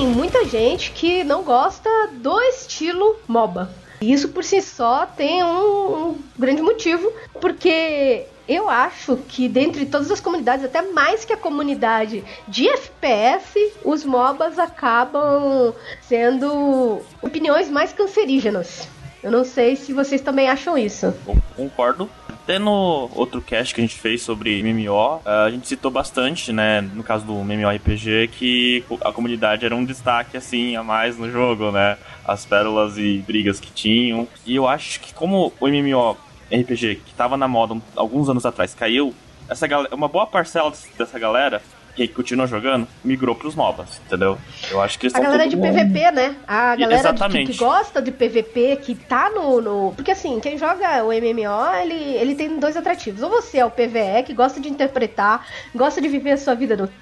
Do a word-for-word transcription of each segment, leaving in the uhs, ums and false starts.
tem muita gente que não gosta do estilo MOBA. E isso por si só tem um, um grande motivo, porque eu acho que dentre todas as comunidades, até mais que a comunidade de F P S, os MOBAs acabam sendo opiniões mais cancerígenas. Eu não sei se vocês também acham isso. Eu concordo. Até no outro cast que a gente fez sobre M M O, a gente citou bastante, né, no caso do MMORPG, que a comunidade era um destaque, assim, a mais no jogo, né? As pérolas e brigas que tinham. E eu acho que como o MMORPG, que tava na moda alguns anos atrás, caiu, essa galera, uma boa parcela dessa galera que continua jogando, migrou pros MOBAs, entendeu? Eu acho que eles a galera de mundo... P V P, né? A galera de, que, que gosta de P V P, que tá no, no... Porque assim, quem joga o M M O, ele, ele tem dois atrativos. Ou você é o P V E, que gosta de interpretar, gosta de viver a sua vida no...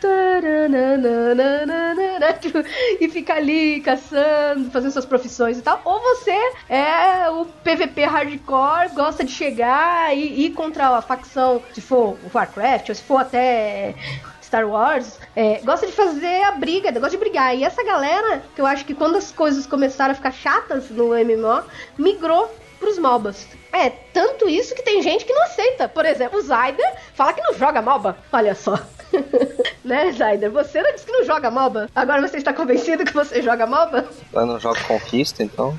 e fica ali caçando, fazendo suas profissões e tal. Ou você é o P V P hardcore, gosta de chegar e ir contra a facção, se for o Warcraft, ou se for até... Star Wars, é, gosta de fazer a briga, gosta de brigar. E essa galera, que eu acho que quando as coisas começaram a ficar chatas no M M O, migrou pros MOBAs. É, tanto isso que tem gente que não aceita. Por exemplo, o Zyder fala que não joga MOBA. Olha só. Né, Zyder? Você não disse que não joga MOBA. Agora você está convencido que você joga MOBA? Eu não jogo Conquista, então...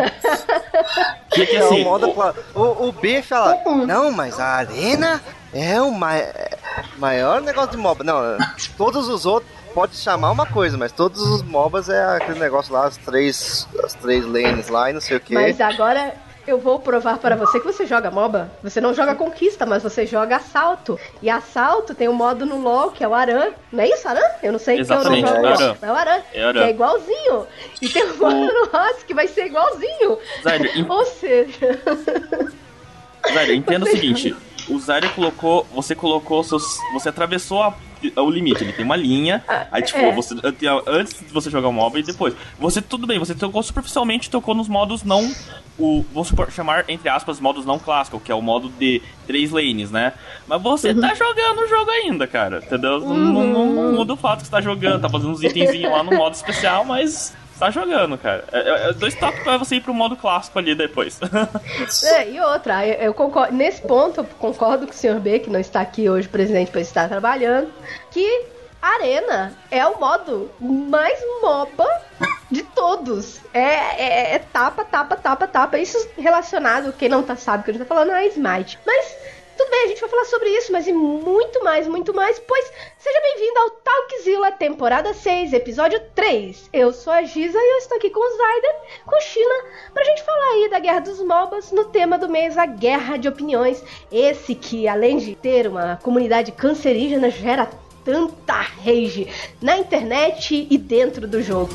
que que é assim? o, modo, o, o B fala, não, mas a Arena é o ma- maior negócio de MOBA. Não, todos os outros pode chamar uma coisa, mas todos os MOBAs é aquele negócio lá, as três, as três lanes lá e não sei o que. Mas agora eu vou provar para você que você joga MOBA. Você não joga Conquista, mas você joga Assalto. E Assalto tem um modo no LoL, que é o Aran. Não é isso, Aran? Eu não sei que eu não jogo LoL. É o Aran. É, Aran. Que é igualzinho. E tem um modo no Ross que vai ser igualzinho. Zyder, in... Ou seja... Zyder, entenda o seguinte. O Zyder colocou... Você colocou seus... Você atravessou a... o limite, ele tem uma linha. Aí, tipo, é. você, antes de você jogar o MOBA e depois. Você, tudo bem, você tocou superficialmente, tocou nos modos não. O, vamos chamar, entre aspas, modos não clássicos, que é o modo de três lanes, né? Mas você uhum. tá jogando o jogo ainda, cara. Entendeu? Uhum. Não, não, não muda o fato que você tá jogando, tá fazendo uns itenzinhos lá no modo especial, mas. Tá jogando, cara. É, é dois toques pra você ir pro modo clássico ali depois. É, e outra, eu, eu concordo. Nesse ponto, eu concordo com o senhor B, que não está aqui hoje presente para estar trabalhando, que Arena é o modo mais MOBA de todos. É, é, é tapa, tapa, tapa, tapa. Isso relacionado, quem não tá, sabe o que a gente tá falando, é Smite. Mas... tudo bem, a gente vai falar sobre isso, mas e muito mais, muito mais, pois seja bem-vindo ao Talkzilla, temporada seis, episódio três. Eu sou a Giza e eu estou aqui com o Zyder, com o China, pra gente falar aí da Guerra dos MOBAs no tema do mês, a Guerra de Opiniões. Esse que, além de ter uma comunidade cancerígena, gera tanta rage na internet e dentro do jogo.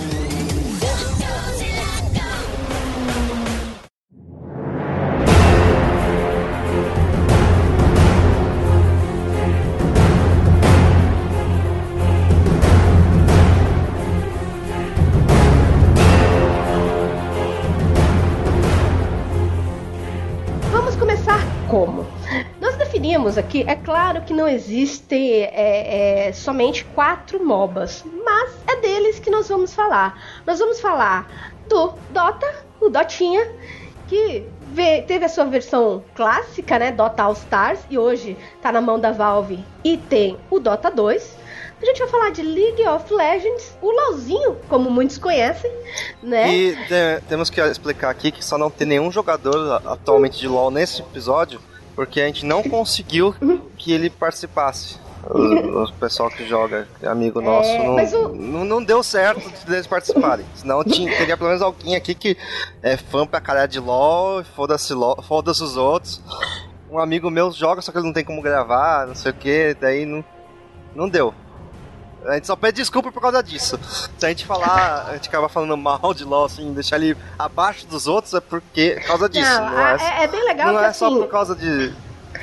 Como? Nós definimos aqui, é claro que não existem é, é, somente quatro MOBAs, mas é deles que nós vamos falar. Nós vamos falar do Dota, o Dotinha, que vê, teve a sua versão clássica, né, Dota All Stars, e hoje tá na mão da Valve, e tem o Dota dois. A gente vai falar de League of Legends, o LoLzinho, como muitos conhecem, né? E te, temos que explicar aqui que só não tem nenhum jogador atualmente de LoL nesse episódio, porque a gente não conseguiu que ele participasse. O, o pessoal que joga, amigo nosso, é, não, o... não, não deu certo de eles participarem. Senão tinha, teria pelo menos alguém aqui que é fã pra caralho de LoL, foda-se LoL, foda-se os outros. Um amigo meu joga, só que ele não tem como gravar, não sei o que, daí não, não deu. A gente só pede desculpa por causa disso. Se a gente falar, a gente acaba falando mal de LoL, assim, deixar ele abaixo dos outros, é porque, por causa disso. Não, não é, é, é bem legal não que é assim... só por causa de...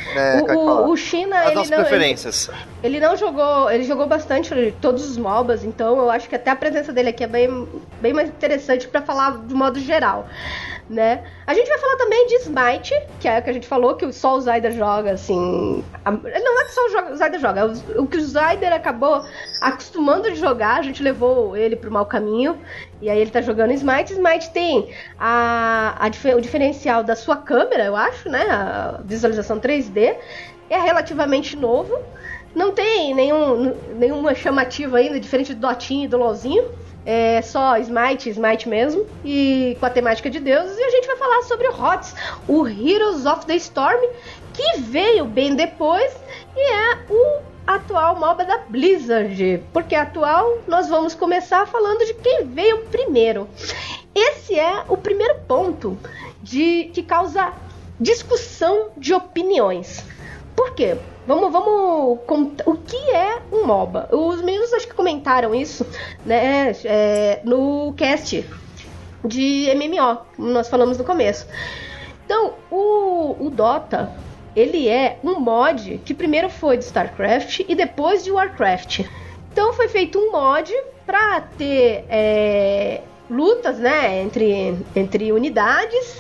É, o, o, o China, As ele nossas não, preferências. Ele, ele não jogou, ele jogou bastante todos os MOBAs, então eu acho que até a presença dele aqui é bem, bem mais interessante pra falar de modo geral, né? A gente vai falar também de Smite, que é o que a gente falou, que só o Zyder joga, assim... A, não é que só o Zyder joga, é o, o que o Zyder acabou acostumando de jogar, a gente levou ele pro mau caminho, e aí ele tá jogando Smite. Smite tem a, a, o diferencial da sua câmera, eu acho, né? A visualização três D, é relativamente novo, não tem nenhum, nenhuma chamativa ainda, diferente do Dotinho e do LoLzinho. É só Smite, Smite mesmo, e com a temática de deuses. E a gente vai falar sobre o H O T S, o Heroes of the Storm, que veio bem depois e é o atual MOBA da Blizzard. Porque atual, nós vamos começar falando de quem veio primeiro. Esse é o primeiro ponto de, que causa discussão de opiniões. Por quê? Vamos, vamos contar o que é um MOBA. Os meninos acho que comentaram isso, né, é, no cast de M M O, como nós falamos no começo. Então, o, o Dota, ele é um mod que primeiro foi de StarCraft e depois de Warcraft. Então foi feito um mod para ter é, lutas, né, entre, entre unidades,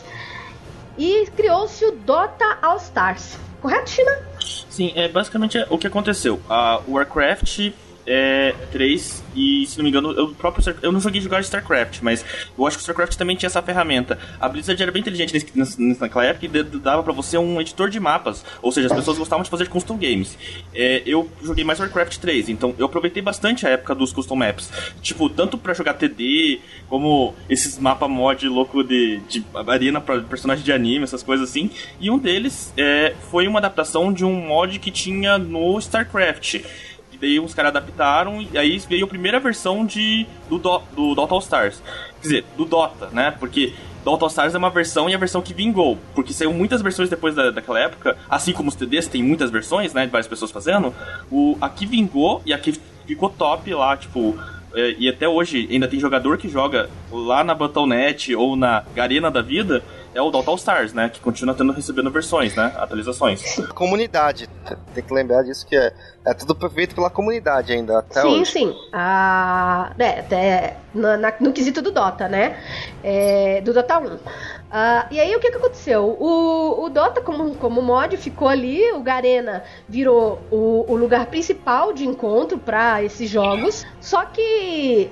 e criou-se o Dota All Stars. Correto, China? Sim, é basicamente o que aconteceu. A Warcraft é, três e, se não me engano, eu, próprio, eu não joguei jogar StarCraft, mas eu acho que o StarCraft também tinha essa ferramenta. A Blizzard era bem inteligente nesse, nesse, naquela época e dava pra você um editor de mapas, ou seja, as pessoas gostavam de fazer custom games. É, eu joguei mais Warcraft três, então eu aproveitei bastante a época dos custom maps. Tipo, tanto pra jogar T D, como esses mapa mod louco de, de arena pra personagem de anime, essas coisas assim. E um deles é, foi uma adaptação de um mod que tinha no StarCraft. Daí os caras adaptaram e aí veio a primeira versão de, do, do, do Dota All Stars. Quer dizer, do Dota, né? Porque Dota All Stars é uma versão e a versão que vingou. Porque saiu muitas versões depois da, daquela época, assim como os T Ds tem muitas versões, né? De várias pessoas fazendo. O, a que vingou e a que ficou top lá, tipo... É, e até hoje ainda tem jogador que joga lá na Battle ponto net ou na Garena da vida, é o Dota All Stars, né? Que continua tendo, recebendo versões, né? Atualizações. Comunidade. Tem que lembrar disso que é, é tudo feito pela comunidade ainda, até sim, hoje. Sim, sim. Ah, é, até no, na, no quesito do Dota, né? É, do Dota um. Ah, e aí o que, que aconteceu? O, o Dota como, como mod ficou ali, o Garena virou o, o lugar principal de encontro para esses jogos, só que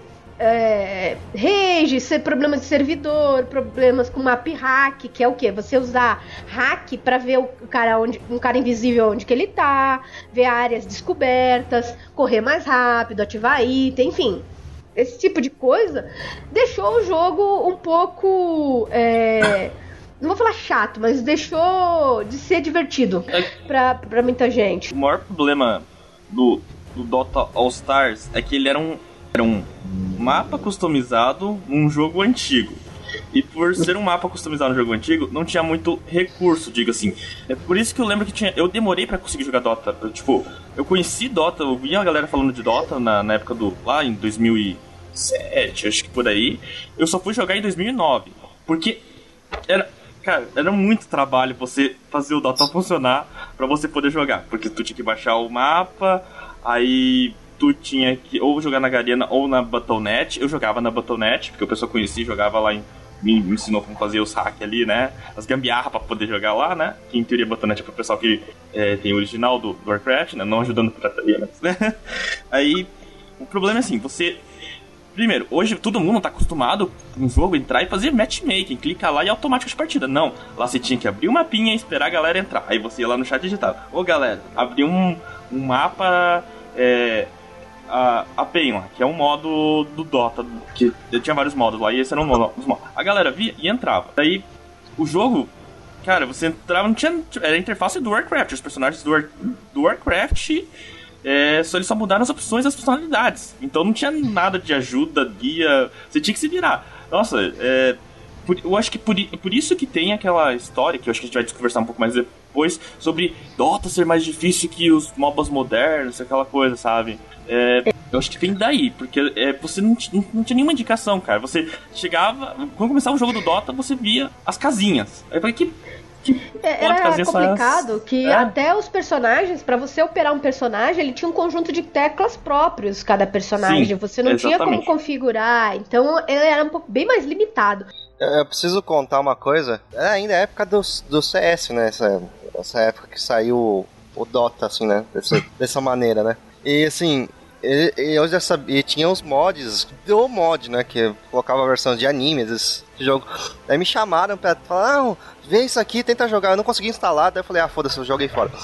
é, rage, ser problemas de servidor, problemas com map hack, que é o quê? Você usar hack para ver o cara onde, um cara invisível onde que ele tá, ver áreas descobertas, correr mais rápido, ativar item, enfim. Esse tipo de coisa deixou o jogo um pouco... É, não vou falar chato, mas deixou de ser divertido pra, pra muita gente. O maior problema do, do Dota All Stars é que ele era um, era um mapa customizado num jogo antigo. E por ser um mapa customizado no jogo antigo, não tinha muito recurso, diga assim. É por isso que eu lembro que tinha... Eu demorei pra conseguir jogar Dota. Eu, tipo, eu conheci Dota, eu vi a galera falando de Dota na, na época do... Lá em dois mil e sete, acho que por aí. Eu só fui jogar em dois mil e nove. Porque era... Cara, era muito trabalho você fazer o Dota funcionar pra você poder jogar. Porque tu tinha que baixar o mapa, aí... tu tinha que ou jogar na Garena ou na Battle ponto net. Eu jogava na Battle ponto net, porque o pessoal conhecia e jogava lá em... Me, me ensinou como fazer os hacks ali, né? As gambiarras pra poder jogar lá, né? Que em teoria Battle ponto net é pro pessoal que é, tem o original do, do Warcraft, né? Não ajudando pirataria, né? Aí, o problema é assim, você... Primeiro, hoje todo mundo tá acostumado com o jogo entrar e fazer matchmaking, clica lá e automático de partida. Não, lá você tinha que abrir o mapinha e esperar a galera entrar. Aí você ia lá no chat e digitava: ô galera, abri um, um mapa... É, a, a Pain, que é um modo do Dota, que tinha vários modos lá, e esse era um modo. A galera via e entrava. Daí, o jogo, cara, você entrava, não tinha. Era a interface do Warcraft, os personagens do, War, do Warcraft, é, só eles só mudaram as opções das personalidades. Então não tinha nada de ajuda, guia, você tinha que se virar. Nossa, é. Por, eu acho que por, por isso que tem aquela história, que eu acho que a gente vai conversar um pouco mais depois, sobre Dota ser mais difícil que os MOBAs modernos, aquela coisa, sabe? É, eu acho que vem daí, porque é, você não, não, não tinha nenhuma indicação, cara. Você chegava, quando começava o jogo do Dota, você via as casinhas. Aí eu falei, que É, era complicado essas... que é. até os personagens, pra você operar um personagem, ele tinha um conjunto de teclas próprios, cada personagem. Sim, você não exatamente. tinha como configurar, então ele era um pouco bem mais limitado. Eu preciso contar uma coisa. É ainda a época do, do C S, né? Essa, essa época que saiu o Dota, assim, né? Dessa, dessa maneira, né? E assim, eu já sabia, tinha os mods do mod, né? Que colocava a versão de anime desse jogo. Aí me chamaram pra falar, não, vê isso aqui, tenta jogar. Eu não consegui instalar, daí eu falei, ah, foda-se, eu joguei fora.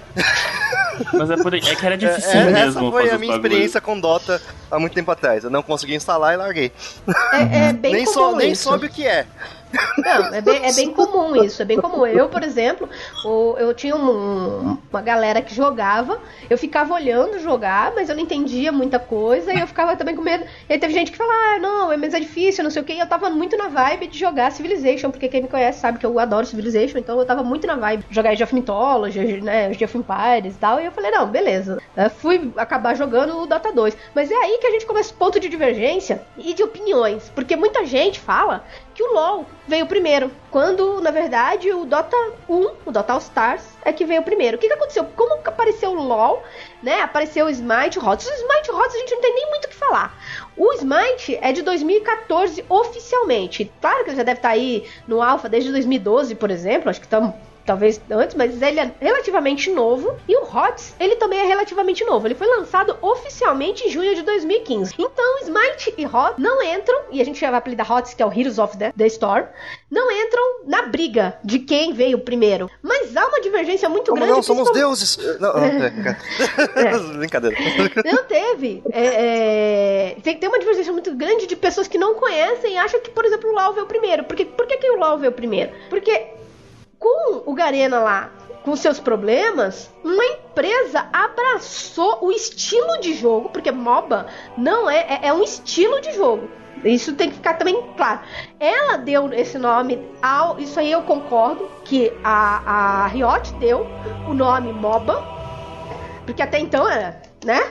Mas é, por aí, é que era difícil é, mesmo. Essa foi a minha experiência com Dota há muito tempo atrás. Eu não consegui instalar e larguei. É, é bem nem comum sou, nem isso. soube o que é. Não, é bem, é bem comum isso, é bem comum. Eu, por exemplo, o, eu tinha um, uma galera que jogava, eu ficava olhando jogar, mas eu não entendia muita coisa e eu ficava também com medo. E aí teve gente que falava, ah, não, mas é difícil, não sei o que, e eu tava muito na vibe de jogar Civilization, porque quem me conhece sabe que eu adoro Civilization, então eu tava muito na vibe de jogar Age of Mythology, né, Age of Empires e tal, e eu falei, não, beleza. Eu fui acabar jogando o Dota dois. Mas é aí que a gente começa o ponto de divergência e de opiniões, porque muita gente fala que o LoL veio primeiro, quando, na verdade, o Dota um, o Dota All Stars, é que veio primeiro. O que que aconteceu? Como que apareceu o LoL, né? Apareceu o Smite Hots. O Smite Hots a gente não tem nem muito o que falar. O Smite é de dois mil e catorze oficialmente. Claro que ele já deve estar aí no Alpha desde dois mil e doze, por exemplo. Acho que estamos... talvez antes, mas ele é relativamente novo. E o H O T S, ele também é relativamente novo. Ele foi lançado oficialmente em junho de dois mil e quinze. Então, Smite e H O T S não entram, e a gente já vai apelidar H O T S, que é o Heroes of the, the Storm, não entram na briga de quem veio primeiro. Mas há uma divergência muito Como grande. Não, somos deuses! Não, não, é. Brincadeira. Não teve. É, é... Tem, tem uma divergência muito grande de pessoas que não conhecem e acham que, por exemplo, o LoL veio primeiro. Por que, por que, que o LoL veio primeiro? Porque com o Garena lá, com seus problemas, uma empresa abraçou o estilo de jogo, porque MOBA não é, é, é um estilo de jogo. Isso tem que ficar também claro. Ela deu esse nome ao... Isso aí eu concordo, que a, a Riot deu o nome MOBA, porque até então era, né?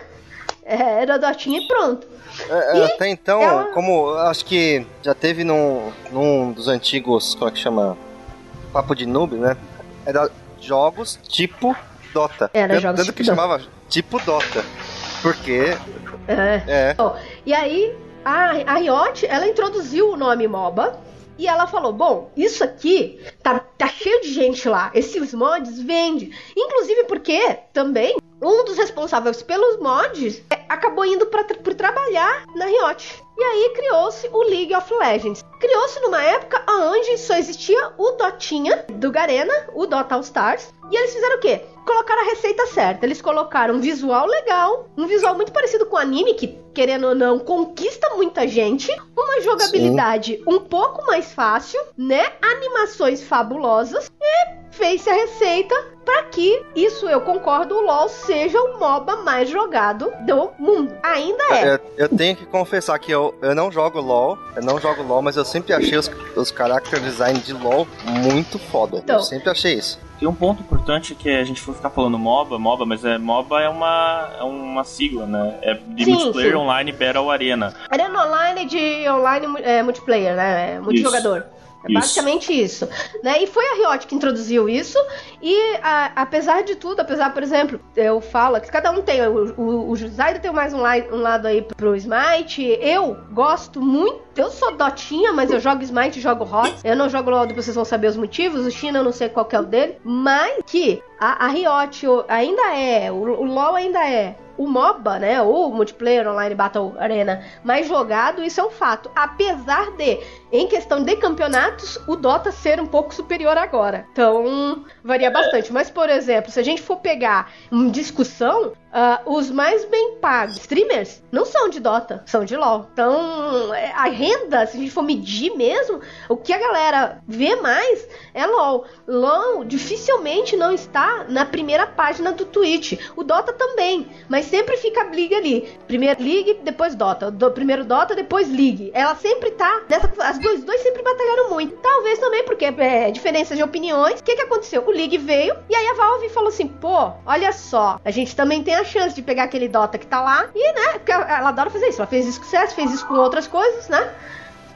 Era Dotinha e pronto. É, e até então, ela... como acho que já teve num, num dos antigos, como é que chama? Papo de noob, né? Era jogos tipo Dota. Era tanto, jogos tanto tipo que Dota. chamava tipo Dota. Porque... É. é. Oh, e aí, a, a Riot, ela introduziu o nome MOBA. E ela falou, bom, isso aqui tá, tá cheio de gente lá. Esses mods vende. Inclusive porque, também, um dos responsáveis pelos mods é, acabou indo pra, pra trabalhar na Riot. E aí criou-se o League of Legends. Criou-se numa época onde só existia o Dotinha do Garena, o Dota All Stars. E eles fizeram o quê? Colocaram a receita certa. Eles colocaram um visual legal, um visual muito parecido com o anime, que, querendo ou não, conquista muita gente. Uma jogabilidade Sim. um pouco mais fácil, né? Animações fabulosas. E fez-se a receita para que, isso eu concordo, o LoL seja o MOBA mais jogado do mundo. Ainda é. Eu, eu tenho que confessar que eu, eu não jogo LoL, eu não jogo LoL, mas eu sempre achei os, os character design de LoL muito foda. Então, eu sempre achei isso. Tem um ponto importante que a gente for ficar falando MOBA, MOBA, mas é MOBA é uma, é uma sigla, né? É de sim, Multiplayer sim. Online Battle Arena. Arena Online de online é, multiplayer, né? Multijogador. Isso. É basicamente isso. isso, né? E foi a Riot que introduziu isso. E a, apesar de tudo, apesar, por exemplo, eu falo que cada um tem. O, o, o Zayda tem mais um, um lado aí pro Smite. Eu gosto muito. Eu sou Dotinha, mas eu jogo Smite e jogo H O T S. Eu não jogo LoL, depois vocês vão saber os motivos. O China eu não sei qual que é o dele. Mas que a, a Riot ainda é. O, o LoL ainda é. O MOBA, né, o Multiplayer Online Battle Arena mais jogado, isso é um fato. Apesar de, em questão de campeonatos, o Dota ser um pouco superior agora. Então, varia bastante. Mas, por exemplo, se a gente for pegar em discussão, uh, os mais bem pagos streamers não são de Dota, são de LoL. Então, a renda, se a gente for medir mesmo, o que a galera vê mais é LoL. LoL dificilmente não está na primeira página do Twitch. O Dota também, mas sempre fica a briga ali. Primeiro League, depois Dota. Do, primeiro Dota, depois League. Ela sempre tá nessa... As dois, dois sempre batalharam muito. Talvez também porque é diferença de opiniões. O que que aconteceu? O League veio e aí a Valve falou assim, pô, olha só, a gente também tem a chance de pegar aquele Dota que tá lá e, né, porque ela adora fazer isso. Ela fez isso com C S, fez isso com outras coisas, né?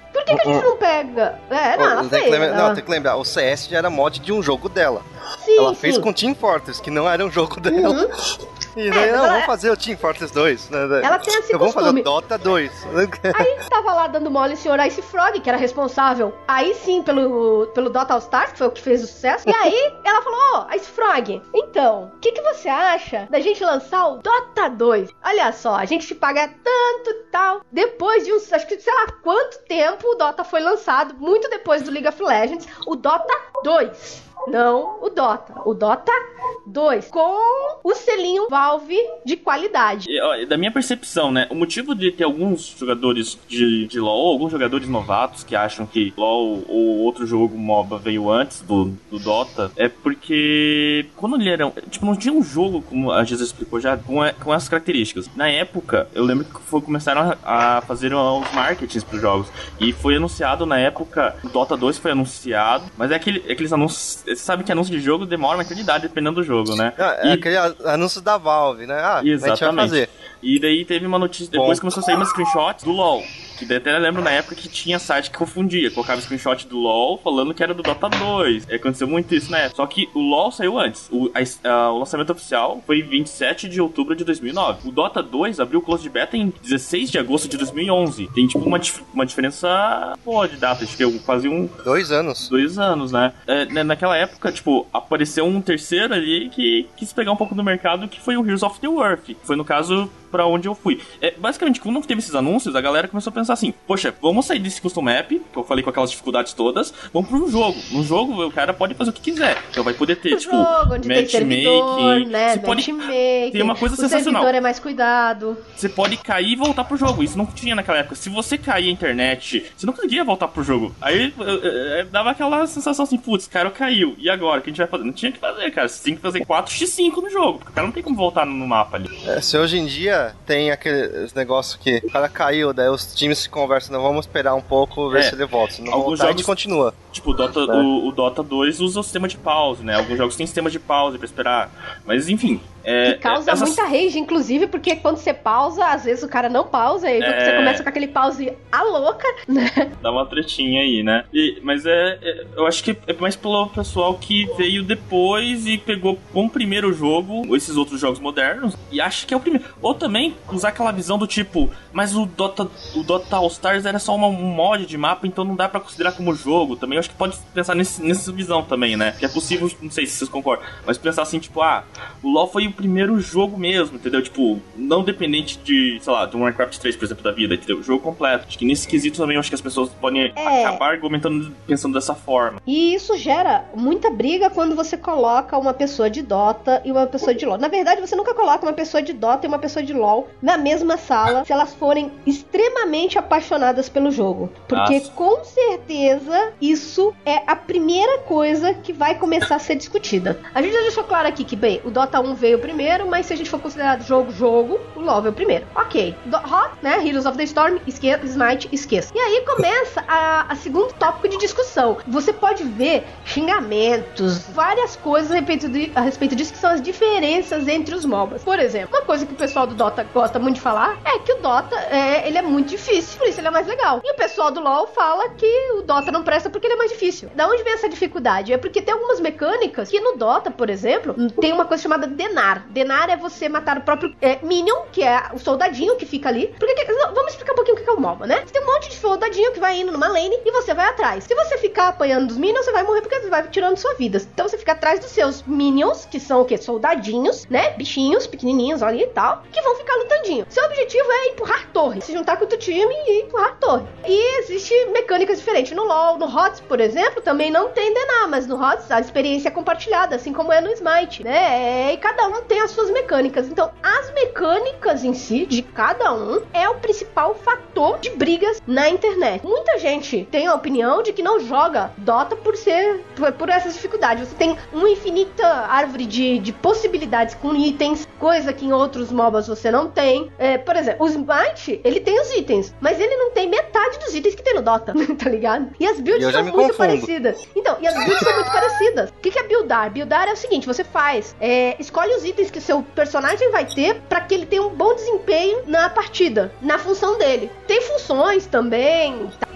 Por que, que a gente não pega? É, não, ela tem fez. que lembrar, ela... Não, tem que lembrar, o C S já era mod de um jogo dela. Sim, ela sim. fez com Team Fortress, que não era um jogo dela. Uhum. E daí, É, não, ela- vamos fazer o Team Fortress dois. Né? Ela tem esse então, vamos fazer costume. o Dota dois. Aí tava lá dando mole o senhor Ice Frog, que era responsável, aí sim, pelo, pelo Dota All Stars, que foi o que fez o sucesso. E aí ela falou, ó, oh, Ice Frog, então, o que, que você acha da gente lançar o Dota dois? Olha só, a gente te paga tanto e tal. Depois de uns, acho que sei lá quanto tempo o Dota foi lançado, muito depois do League of Legends, o Dota dois. Não o Dota, o Dota dois, com o selinho Valve de qualidade. E, ó, da minha percepção, né, o motivo de ter alguns jogadores de, de LoL, alguns jogadores novatos que acham que LoL ou outro jogo MOBA veio antes do, do Dota, é porque quando ele era, tipo, não tinha um jogo, como a Jesus explicou já, com, a, com essas características. Na época, eu lembro que foi, começaram a, a fazer os marketings pros jogos, e foi anunciado na época, o Dota dois foi anunciado, mas é aquele, aqueles anúncios. Você sabe que anúncio de jogo demora uma eternidade, dependendo do jogo, né? É, e... aquele anúncio da Valve, né? Ah, Exatamente. a gente vai fazer. E daí teve uma notícia, depois Bom. começou a sair umas screenshots do LoL. Que daí até lembro na época que tinha site que confundia, colocava screenshot do LoL falando que era do Dota dois. E aconteceu muito isso na época. Só que o LoL saiu antes. O, a, a, o lançamento oficial foi vinte e sete de outubro de dois mil e nove. O Dota dois abriu o close de beta em dezesseis de agosto de dois mil e onze. Tem tipo uma, uma diferença boa de data, acho que eu quase um... Dois anos. Dois anos, né? É, naquela época, tipo, apareceu um terceiro ali que quis pegar um pouco do mercado, que foi o Heroes of the Earth. Foi, no caso, pra onde eu fui. É, basicamente, quando teve esses anúncios, a galera começou a pensar assim, poxa, vamos sair desse custom map, que eu falei com aquelas dificuldades todas, vamos pro jogo. No jogo, o cara pode fazer o que quiser. Então vai poder ter, No tipo, jogo, onde tem servidor, matchmaking. né? Você pode Matchmaking. ter uma coisa O sensacional. servidor é mais cuidado. Você pode cair e voltar pro jogo. Isso não tinha naquela época. Se você cair a internet, você não conseguia voltar pro jogo. Aí é, é, dava aquela sensação assim, putz, o cara caiu. E agora? O que a gente vai fazer? Não tinha o que fazer, cara. Você tem que fazer quatro por cinco no jogo. Porque o cara não tem como voltar no mapa ali. É, se hoje em dia tem aquele negócio que o cara caiu, daí os times se conversam, não, vamos esperar um pouco, ver É. se ele volta. Se não Alguns voltar, jogos- a gente continua. Tipo, o Dota, É. o, o Dota dois usa o sistema de pause, né? Alguns jogos têm sistema de pause pra esperar. Mas, enfim... É, Que causa é, essas- muita rage, inclusive, porque quando você pausa, às vezes o cara não pausa, e É. você começa com aquele pause a louca, né? Dá uma tretinha aí, né? E, mas é, é- eu acho que é mais pelo pessoal que veio depois e pegou como primeiro jogo esses outros jogos modernos e acha que é o primeiro. Ou também usar aquela visão do tipo, mas o Dota, o Dota All Stars era só uma, um mod de mapa, então não dá pra considerar como jogo. Também eu acho que pode pensar nesse, nessa visão também, né? Que é possível, não sei se vocês concordam, mas pensar assim, tipo, ah, o LoL foi o primeiro jogo mesmo, entendeu? Tipo, não dependente de, sei lá, de um Warcraft três, por exemplo, da vida, entendeu? O jogo completo. Acho que nesse quesito também eu acho que as pessoas podem É. acabar argumentando, pensando dessa forma. E isso gera muita briga quando você coloca uma pessoa de Dota e uma pessoa de LoL. Na verdade, você nunca coloca uma pessoa de Dota e uma pessoa de LoL na mesma sala se elas forem extremamente apaixonadas pelo jogo. Porque Nossa. com certeza isso é a primeira coisa que vai começar a ser discutida. A gente já deixou claro aqui que, bem, o Dota um veio primeiro, mas se a gente for considerar jogo, jogo, o LoL veio primeiro. Ok. Do- Hot, né? Heroes of the Storm, esqueça, Smite, esqueça. E aí começa a, a segundo tópico de discussão. Você pode ver xingamentos, várias coisas a respeito, de, a respeito disso, que são as diferenças entre os MOBAs. Por exemplo, uma coisa que o pessoal do Dota gosta muito de falar é que o Dota é, ele é muito difícil, por isso ele é mais legal. E o pessoal do LoL fala que o Dota não presta porque ele é mais difícil. Da onde vem essa dificuldade? É porque tem algumas mecânicas que no Dota, por exemplo, tem uma coisa chamada Denar. Denar é você matar o próprio é, Minion, que é o soldadinho que fica ali. Porque, que- não, vamos explicar um pouquinho o que é o MOBA, né? Você tem um monte de soldadinho que vai indo numa lane e você vai atrás. Se você ficar apanhando dos Minions, você vai morrer porque você vai tirando sua vida. Então você fica atrás dos seus Minions, que são o quê? Soldadinhos, né? Bichinhos pequenininhos ali e tal, que vão ficar lutandinho. Seu objetivo é empurrar torre, se juntar com o teu time e empurrar torre. E existe mecânicas diferentes. No LoL, no H O T S, por exemplo, também não tem Denar, mas no H O T S a experiência é compartilhada, assim como é no Smite, né? E cada um tem as suas mecânicas. Então, as mecânicas em si, de cada um, é o principal fator de brigas na internet. Muita gente tem a opinião de que não joga Dota por ser, por, por essas dificuldades. Você tem uma infinita árvore de, de possibilidades com itens, coisa que em outros MOBAs você não tem. É, por exemplo, o Smite, ele tem os itens, mas ele não tem metade dos itens que tem no Dota, tá ligado? E as builds E eu já são me muito confundo. parecidas. Então, e as builds são muito parecidas. O que que é buildar? Buildar é o seguinte, você faz, é, escolhe os itens que o seu personagem vai ter pra que ele tenha um bom desempenho na partida, na função dele. Tem funções também, tá?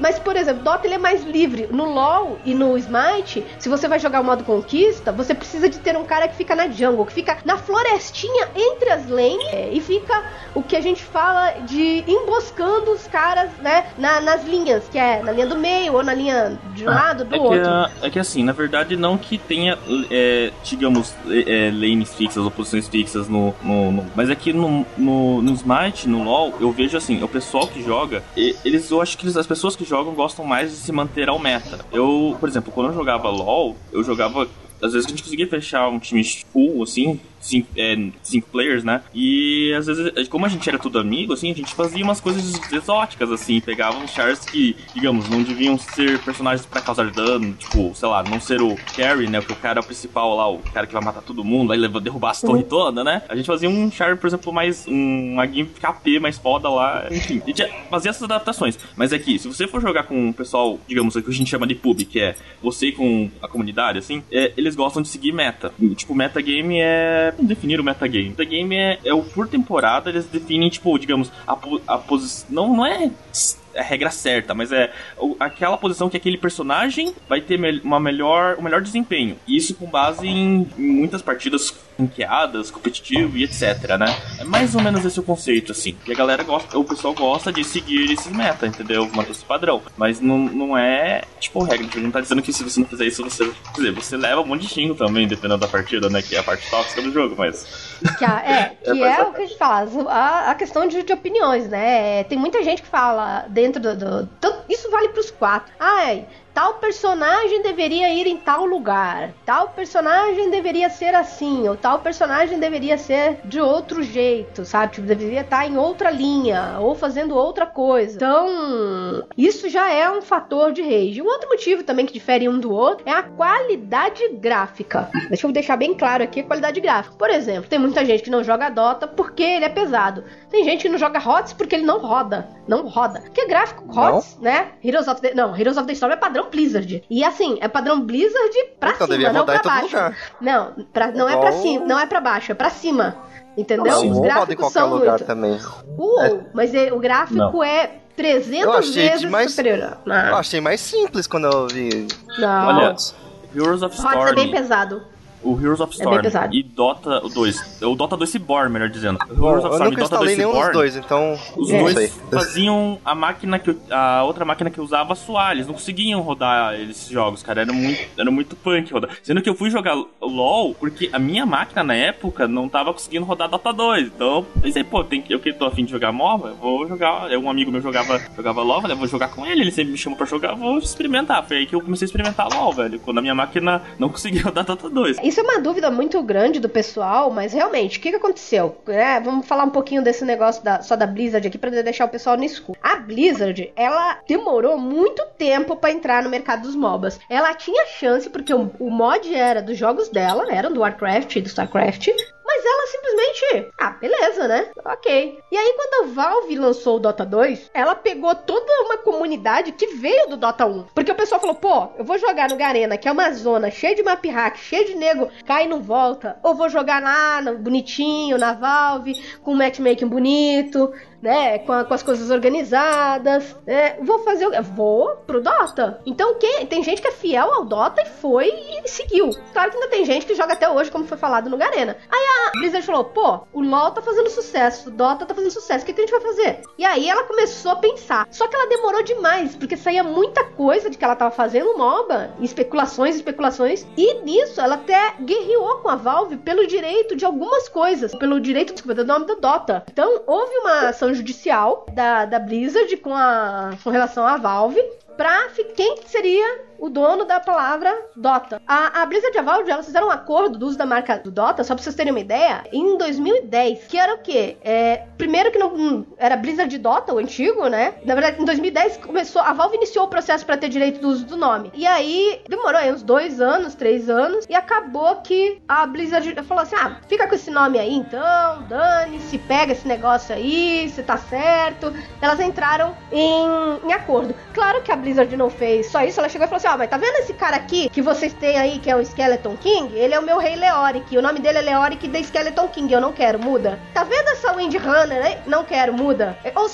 Mas, por exemplo, Dota ele é mais livre. No LoL e no Smite, se você vai jogar o modo conquista, você precisa de ter um cara que fica na jungle, que fica na florestinha entre as lanes, é, e fica o que a gente fala de emboscando os caras, né, na, nas linhas, que é na linha do meio ou na linha de um ah, lado, do é outro. Que, é que assim, na verdade, não que tenha, é, digamos, é, lanes fixas ou posições fixas no, no, no... Mas é que no, no, no Smite, no LoL, eu vejo assim, o pessoal que joga, eles, eu acho que eles, as pessoas que jogam gostam mais de se manter ao meta. Eu, por exemplo, quando eu jogava LoL, eu jogava... Às vezes a gente conseguia fechar um time full, assim, cinco, é, cinco players, né? E às vezes, como a gente era tudo amigo, assim, a gente fazia umas coisas exóticas, assim, pegava uns chars que, digamos, não deviam ser personagens pra causar dano, tipo, sei lá, não ser o carry, né? Porque o cara é o principal lá, o cara que vai matar todo mundo, aí leva, derrubar as torres todas, né? A gente fazia um char, por exemplo, mais, um, uma game K P mais foda lá, enfim. A gente fazia essas adaptações. Mas é que, se você for jogar com o pessoal, digamos, o que a gente chama de pub, que é você com a comunidade, assim, é, eles gostam de seguir meta. Tipo, metagame é... Vamos definir o metagame. Metagame é, é o por temporada, eles definem, tipo, digamos, a, a posição... Não, não é... É a regra certa, mas é o, aquela posição que aquele personagem vai ter me, uma melhor, um melhor desempenho. Isso com base em, em muitas partidas ranqueadas, competitivo e etc, né? É mais ou menos esse o conceito, assim. E a galera gosta, o pessoal gosta de seguir esses meta, entendeu? Manter esse padrão. Mas não, não é, tipo, regra. A gente não tá dizendo que se você não fizer isso, você... Quer dizer, você leva um monte de xingo também, dependendo da partida, né? Que é a parte tóxica do jogo, mas... Que a, é, que é, é o que a gente fala, a, a questão de, de opiniões, né? Tem muita gente que fala dentro do... do, do isso vale pros quatro. Ai... Tal personagem deveria ir em tal lugar, tal personagem deveria ser assim, ou tal personagem deveria ser de outro jeito, sabe? Tipo, deveria estar em outra linha, ou fazendo outra coisa. Então, isso já é um fator de rage. Um outro motivo também que difere um do outro é a qualidade gráfica. Deixa eu deixar bem claro aqui a qualidade gráfica. Por exemplo, tem muita gente que não joga Dota porque ele é pesado. Tem gente que não joga H O T S porque ele não roda. Não roda. Porque gráfico H O T S, né? Heroes of the... Não, Heroes of the Storm é padrão Blizzard. E assim, é padrão Blizzard pra então, cima, não pra baixo. Não, pra, não é, é pra cima, não é pra baixo, é pra cima. Entendeu? Não, os gráficos são lugar muito... também. Uh, é. Mas é, o gráfico não. é trezentas vezes mais, superior. Ah. Eu achei mais simples quando eu vi. Não. Olha, Heroes of Storm. H O T S é bem pesado. O Heroes of Storm é e Dota dois. O Dota dois Cyborg, melhor dizendo. O Heroes of Storm e Dota dois nenhum Cyborg. Dos dois, então. Os é. dois faziam a máquina que eu, a outra máquina que eu usava suar. Eles não conseguiam rodar esses jogos, cara. Era muito, era muito punk rodar. Sendo que eu fui jogar LoL porque a minha máquina na época não tava conseguindo rodar Dota dois. Então eu pensei, pô, tem que, eu que tô afim de jogar MOBA, eu vou jogar. Um amigo meu jogava, jogava LoL, eu vou jogar com ele. Ele sempre me chamou pra jogar, vou experimentar. Foi aí que eu comecei a experimentar LoL, velho. Quando a minha máquina não conseguia rodar Dota dois. Isso é uma dúvida muito muito grande do pessoal, mas realmente, o que, que aconteceu? É, vamos falar um pouquinho desse negócio da, só da Blizzard aqui pra deixar o pessoal no escuro. A Blizzard, ela demorou muito tempo pra entrar no mercado dos MOBAs. Ela tinha chance, porque o, o mod era dos jogos dela, eram do Warcraft e do Starcraft, mas ela simplesmente, ah, beleza, né? Ok. E aí, quando a Valve lançou o Dota dois, ela pegou toda uma comunidade que veio do Dota um. Porque o pessoal falou, pô, eu vou jogar no Garena, que é uma zona cheia de map hack, cheia de nego, cai e não volta. Ou vou jogar lá, no, bonitinho, na Valve, com um matchmaking bonito, né, com, a, com as coisas organizadas, né, vou fazer o... vou pro Dota. Então quem, tem gente que é fiel ao Dota e foi e seguiu. Claro que ainda tem gente que joga até hoje, como foi falado no Garena. Aí a Blizzard falou, pô, o LoL tá fazendo sucesso, o Dota tá fazendo sucesso, o que, que a gente vai fazer? E aí ela começou a pensar, só que ela demorou demais, porque saía muita coisa de que ela tava fazendo MOBA, especulações, especulações, e nisso ela até guerreou com a Valve pelo direito de algumas coisas, pelo direito, desculpa, do nome do Dota. Então houve uma ação judicial da, da Blizzard com, a, com relação à Valve pra quem seria o dono da palavra Dota. A, a Blizzard e a Valve, elas fizeram um acordo do uso da marca do Dota, só pra vocês terem uma ideia, em dois mil e dez, que era o quê? É, primeiro que não era Blizzard Dota, o antigo, né? Na verdade, em dois mil e dez começou, a Valve iniciou o processo pra ter direito do uso do nome. E aí, demorou aí uns dois anos, três anos, e acabou que a Blizzard falou assim, ah, fica com esse nome aí então, dane-se, pega esse negócio aí, se tá certo. Elas entraram em, em acordo. Claro que a Blizzard não fez só isso, ela chegou e falou assim, ó, oh, mas tá vendo esse cara aqui que vocês têm aí, que é o Skeleton King? Ele é o meu rei Leoric, o nome dele é Leoric da Skeleton King, eu não quero, muda. Tá vendo essa Windrunner aí? Não quero, muda. Ou seja,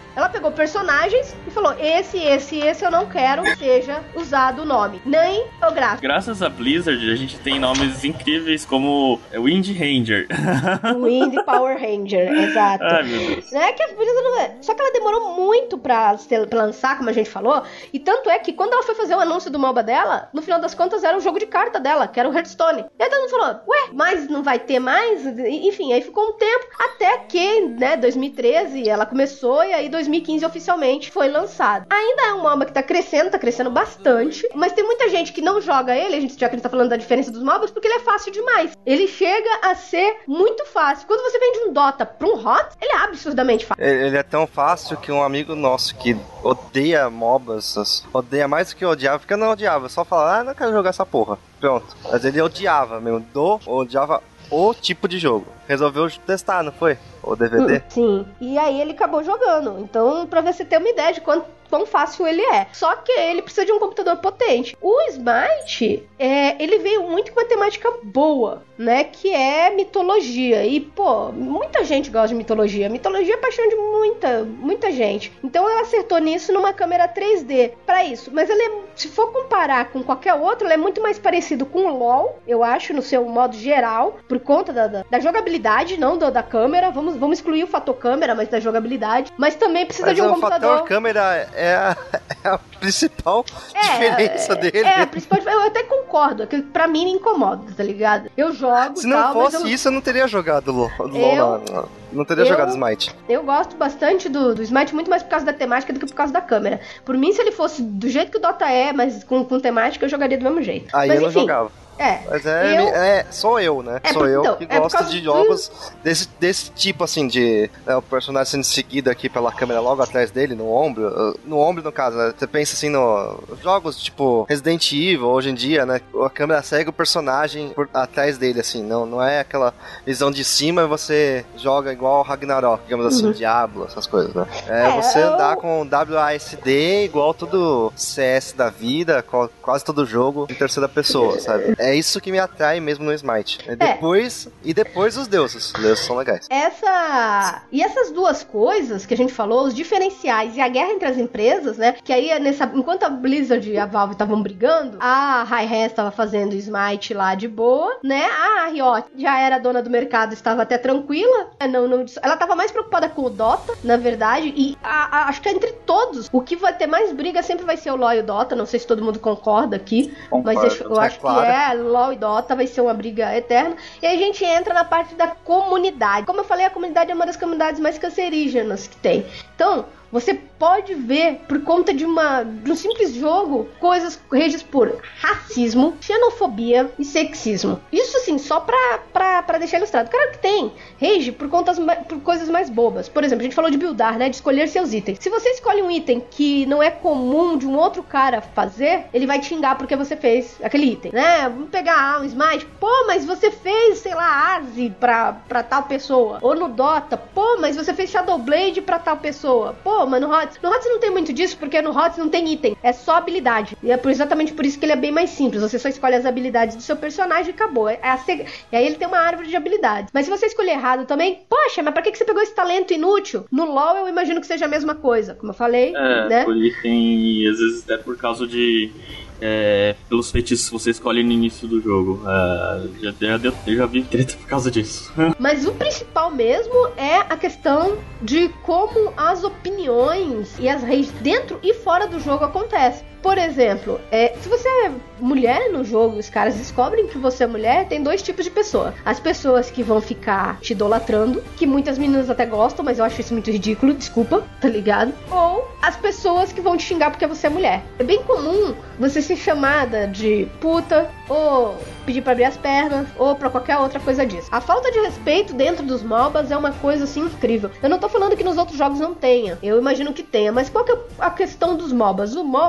Ela pegou personagens e falou, esse, esse, esse eu não quero que seja usado o nome, nem o gráfico. Graças a Blizzard, a gente tem nomes incríveis como Wind Ranger. Wind Power Ranger, exato. Ai, meu Deus. É que a Blizzard não é. Só que ela demorou muito pra, pra lançar, como a gente falou, e tanto é que quando ela foi fazer o anúncio do MOBA dela, no final das contas era o jogo de carta dela, que era o Hearthstone. E aí todo mundo falou, ué, mas não vai ter mais? Enfim, aí ficou um tempo, até que, né, dois mil e treze ela começou, e aí dois mil e quinze oficialmente foi lançado. Ainda é um MOBA que tá crescendo, tá crescendo bastante, mas tem muita gente que não joga ele, a gente já que a gente tá falando da diferença dos MOBAs, porque ele é fácil demais. Ele chega a ser muito fácil. Quando você vende um Dota pra um Hot, ele é absurdamente fácil. Ele é tão fácil que um amigo nosso que odeia MOBAs, odeia mais do que odiava, porque eu não odiava, só falava, ah, não quero jogar essa porra. Pronto. Mas ele odiava mesmo, do, odiava o tipo de jogo. Resolveu testar, não foi? O D V D? Sim. E aí ele acabou jogando. Então, pra você ter uma ideia de quanto quão fácil ele é. Só que ele precisa de um computador potente. O Smite, é, ele veio muito com uma temática boa, né? Que é mitologia. E, pô, muita gente gosta de mitologia. Mitologia é paixão de muita, muita gente. Então ela acertou nisso numa câmera três D pra isso. Mas ele é, se for comparar com qualquer outro, ele é muito mais parecido com o LoL, eu acho, no seu modo geral, por conta da, da, da jogabilidade, não do, da câmera. Vamos, vamos excluir o fator câmera, mas da jogabilidade. Mas também precisa mas de um o computador... O fator câmera é a, é a principal é, diferença é, dele. É, a principal Eu até concordo, que pra mim me incomoda, tá ligado? Eu jogo Se não tal, fosse mas eu... isso, eu não teria jogado LoL. LoL eu... não, não. Não teria eu, jogado Smite. Eu gosto bastante do, do Smite, muito mais por causa da temática do que por causa da câmera. Por mim, se ele fosse do jeito que o Dota é, mas com, com temática, eu jogaria do mesmo jeito. Aí mas, eu não enfim, jogava. É, Mas é, eu... é sou eu, né? É, sou eu então, que é gosto de jogos do... desse, desse tipo, assim, de é, o personagem sendo seguido aqui pela câmera logo atrás dele, no ombro. No ombro, no caso, né? Você pensa assim, no jogos tipo Resident Evil, hoje em dia, né? A câmera segue o personagem por atrás dele, assim. Não, não é aquela visão de cima e você joga igual Ragnarok, digamos assim, uhum. Diablo, essas coisas, né? É, é você eu... andar com W A S D igual todo C S da vida, quase todo jogo em terceira pessoa, sabe? É isso que me atrai mesmo no Smite. E depois, é. e depois os deuses. Os deuses são legais. Essa... E essas duas coisas que a gente falou, os diferenciais e a guerra entre as empresas, né? Que aí, nessa... enquanto a Blizzard e a Valve estavam brigando, a Hi-Hat estava fazendo Smite lá de boa, né? A Riot já era dona do mercado, estava até tranquila. Não, não... Ela estava mais preocupada com o Dota, na verdade. E a, a, acho que entre todos, o que vai ter mais briga sempre vai ser o LoL e o Dota. Não sei se todo mundo concorda aqui. Concordo, mas eu, eu acho é claro. que é LoL e Dota vai ser uma briga eterna. E aí a gente entra na parte da comunidade. Como eu falei, a comunidade é uma das comunidades mais cancerígenas que tem. Então, você pode ver, por conta de, uma, de um simples jogo, coisas regidas por racismo, xenofobia e sexismo. Isso, assim, só pra, pra, pra deixar ilustrado. Claro que tem. Rege por, contas, por coisas mais bobas. Por exemplo, a gente falou de buildar, né? De escolher seus itens. Se você escolhe um item que não é comum de um outro cara fazer, ele vai te xingar porque você fez aquele item, né? Vamos pegar ah, um Smite. Pô, mas você fez, sei lá, Aze pra, pra tal pessoa. Ou no Dota. Pô, mas você fez Shadowblade pra tal pessoa. Pô, mas no H O T S... No H O T S não tem muito disso, porque no H O T S não tem item. É só habilidade. E é por, exatamente por isso que ele é bem mais simples. Você só escolhe as habilidades do seu personagem e acabou. É a seg... E aí ele tem uma árvore de habilidades. Mas se você escolher errado também, poxa, mas pra que você pegou esse talento inútil? No LoL eu imagino que seja a mesma coisa. Como eu falei, é, né? Por item, e às vezes até por causa de... É, pelos feitiços que você escolhe no início do jogo. É, já, já, eu já vi treta por causa disso. Mas o principal mesmo é a questão de como as opiniões e as redes dentro e fora do jogo acontecem. Por exemplo, é, se você é mulher no jogo, os caras descobrem que você é mulher, tem dois tipos de pessoa. As pessoas que vão ficar te idolatrando, que muitas meninas até gostam, mas eu acho isso muito ridículo, desculpa, tá ligado? Ou as pessoas que vão te xingar porque você é mulher. É bem comum você ser chamada de puta, ou pedir pra abrir as pernas, ou pra qualquer outra coisa disso. A falta de respeito dentro dos MOBAs é uma coisa, assim, incrível. Eu não tô falando que nos outros jogos não tenha. Eu imagino que tenha, mas qual que é a questão dos MOBAs? O MOBA, você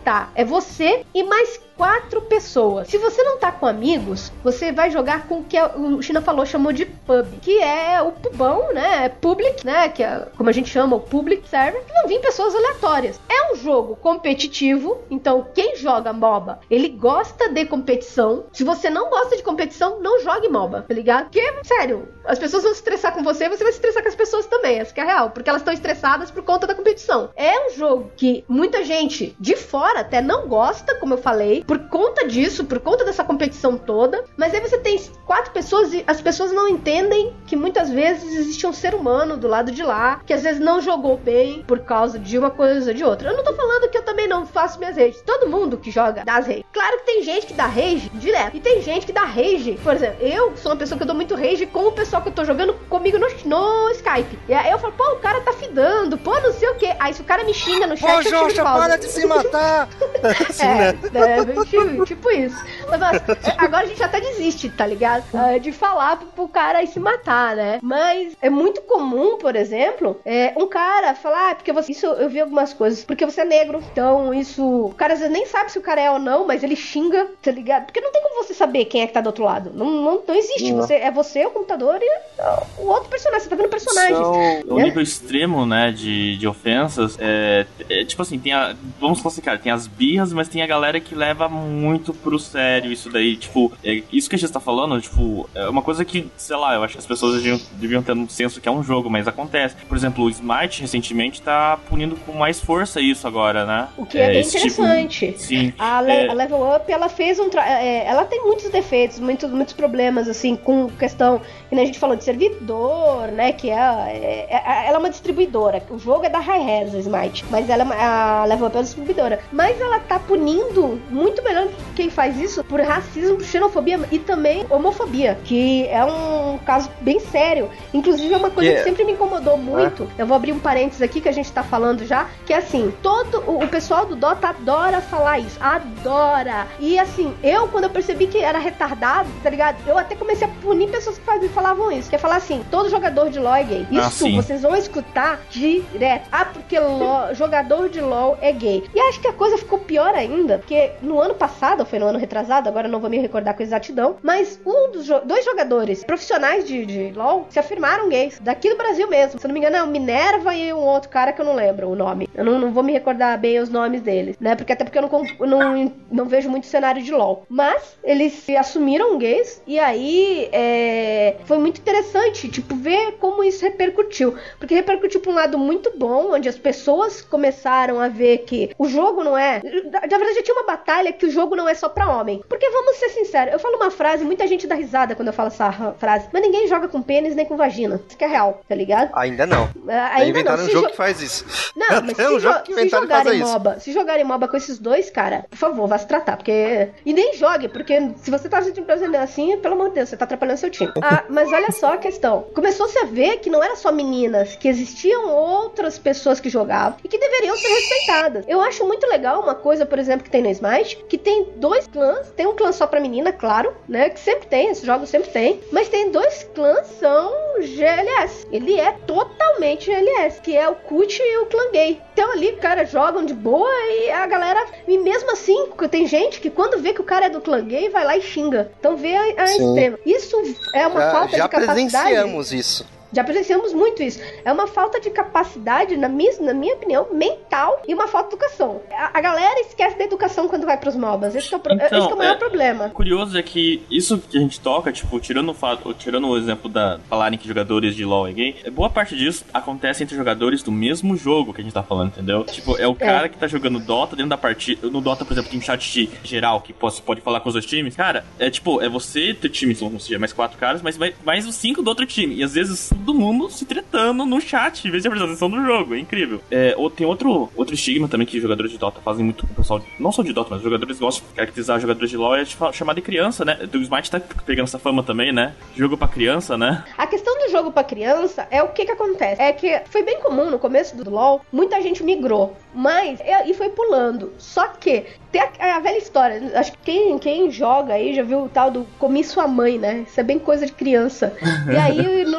tá. É você e mais quatro pessoas. Se você não tá com amigos, você vai jogar com o que o China falou, chamou de pub, que é o pubão, né? Public, né? Que é como a gente chama, o public server, que vão vir pessoas aleatórias. É um jogo competitivo, então quem joga MOBA, ele gosta de competição. Se você não gosta de competição, não jogue MOBA, tá ligado? Porque, sério, as pessoas vão se estressar com você, você vai se estressar com as pessoas também, essa que é a real, porque elas estão estressadas por conta da competição. É um jogo que muita gente de fora até não gosta, como eu falei, por conta disso, por conta dessa competição toda, mas aí você tem quatro pessoas e as pessoas não entendem que muitas vezes existe um ser humano do lado de lá, que às vezes não jogou bem por causa de uma coisa ou de outra. Eu não tô falando que eu também não faço minhas rages. Todo mundo que joga dá as rages. Claro que tem gente que dá rage direto, e tem gente que dá rage. Por exemplo, eu sou uma pessoa que eu dou muito rage com o pessoal que eu tô jogando comigo no, no Skype. E aí eu falo, pô, o cara tá fidando, pô, não sei o que. Aí se o cara me xinga no chat, Pô, eu Jocha, para de se matar! Assim, é, né? é, tipo, tipo isso. Mas, nossa, agora a gente até desiste, tá ligado? Uh, de falar pro, pro cara ir se matar, né? Mas é muito comum, por exemplo, é, um cara falar, ah, porque você... Isso eu vi algumas coisas, porque você é negro, então isso... O cara às vezes nem sabe se o cara é ou não, mas ele xinga, tá ligado? Porque não tem como você saber quem é que tá do outro lado. Não, não, não existe. Você, é você, o computador e o outro personagem. Você tá vendo personagens. São... Né? O nível extremo, né, de, de ofensas, é, é tipo assim, tem a... Vamos classificar, tem as birras, mas tem a galera que leva muito pro sério isso daí, tipo, é, isso que a gente tá falando, tipo, é uma coisa que, sei lá, eu acho que as pessoas deviam, deviam ter um senso que é um jogo, mas acontece. Por exemplo, o Smite recentemente tá punindo com mais força isso agora, né? O que é, é bem interessante. Tipo, sim. A, Le é... a Level Up, ela fez um... Tra... É, ela tem muitos defeitos, muitos, muitos problemas, assim, com questão, que a gente falou de servidor, né, que é, é, é... Ela é uma distribuidora. O jogo é da Hi-Res, o Smite, mas ela, a Level Up é uma distribuidora. Mas ela tá punindo muito melhor quem faz isso por racismo, xenofobia e também homofobia, que é um caso bem sério. Inclusive é uma coisa yeah. que sempre me incomodou muito. É. Eu vou abrir um parênteses aqui que a gente tá falando já, que é assim, todo o, o pessoal do Dota adora falar isso, adora. E assim, eu quando eu percebi que era retardado, tá ligado? Eu até comecei a punir pessoas que falavam, falavam isso, que é falar assim, todo jogador de LoL é gay. Isso ah, vocês vão escutar direto. Ah, porque LOL, jogador de LoL é gay. E acho que a coisa ficou pior ainda, porque no ano passado, ou foi no ano retrasado, agora eu não vou me recordar com exatidão, mas um dos jo- dois jogadores profissionais de, de LoL se afirmaram gays, daqui do Brasil mesmo. Se eu não me engano, é o Minerva e um outro cara que eu não lembro o nome. Eu não, não vou me recordar bem os nomes deles, né? Porque até porque eu não, não, não vejo muito cenário de LoL. Mas eles se assumiram gays e aí é, foi muito interessante, tipo, ver como isso repercutiu. Porque repercutiu pra um lado muito bom, onde as pessoas começaram a ver que o jogo não é... Na verdade, já tinha uma batalha que o jogo não é só pra homem. Porque vamos ser sinceros, eu falo uma frase, muita gente dá risada quando eu falo essa frase, mas ninguém joga com pênis nem com vagina. Isso que é real, tá ligado? Ainda não. Uh, ainda inventaram não. um Se jogo jo... que faz isso. Não, mas é um se, jogo jo- que se jogarem isso. MOBA, se jogarem MOBA com esses dois, cara, por favor, vá se tratar, porque... E nem jogue, porque se você tá se sentindo assim, pelo amor de Deus, você tá atrapalhando seu time. Ah, mas olha só a questão. Começou-se a ver que não era só meninas, que existiam outras pessoas que jogavam e que deveriam ser respeitadas. Eu acho muito legal uma coisa, por exemplo, que tem no Smite, que tem dois clãs, tem um clã só pra menina, claro, né, que sempre tem, esses jogos sempre tem, mas tem dois clãs que são G L S. Ele é totalmente G L S, que é o Cut e o clã gay. Então ali, cara, jogam de boa e a galera, e mesmo assim, tem gente que quando vê que o cara é do clã gay, vai lá e xinga. Então vê a, a extrema. Isso é uma já, falta já de capacidade. Já presenciamos isso. Já presenciamos muito isso. É uma falta de capacidade, na minha, na minha opinião, mental e uma falta de educação. A, a galera esquece da educação quando vai pros MOBAs. Esse que é o, pro, então, esse que é o maior é, problema. O curioso é que isso que a gente toca, tipo, tirando o, fato, tirando o exemplo da falarem que jogadores de LoL é gay, boa parte disso acontece entre jogadores do mesmo jogo que a gente tá falando, entendeu? Tipo, é o cara é. que tá jogando Dota dentro da partida. No Dota, por exemplo, tem um chat de geral que pode, pode falar com os dois times. Cara, é tipo, é você, teu time, não seja mais quatro caras, mas mais os cinco do outro time. E às vezes todo mundo se tretando no chat em vez de apresentação do jogo. É incrível. É, ou tem outro, outro estigma também que jogadores de Dota fazem muito com o pessoal, não só de Dota, mas os jogadores gostam de caracterizar jogadores de LoL, é de chamar de criança, né? O Smite tá pegando essa fama também, né? Jogo pra criança, né? A questão do jogo pra criança é o que que acontece. É que foi bem comum no começo do LoL, muita gente migrou, mas e foi pulando. Só que tem a, a velha história, acho que quem, quem joga aí já viu o tal do comi sua mãe, né? Isso é bem coisa de criança. E aí no LoL isso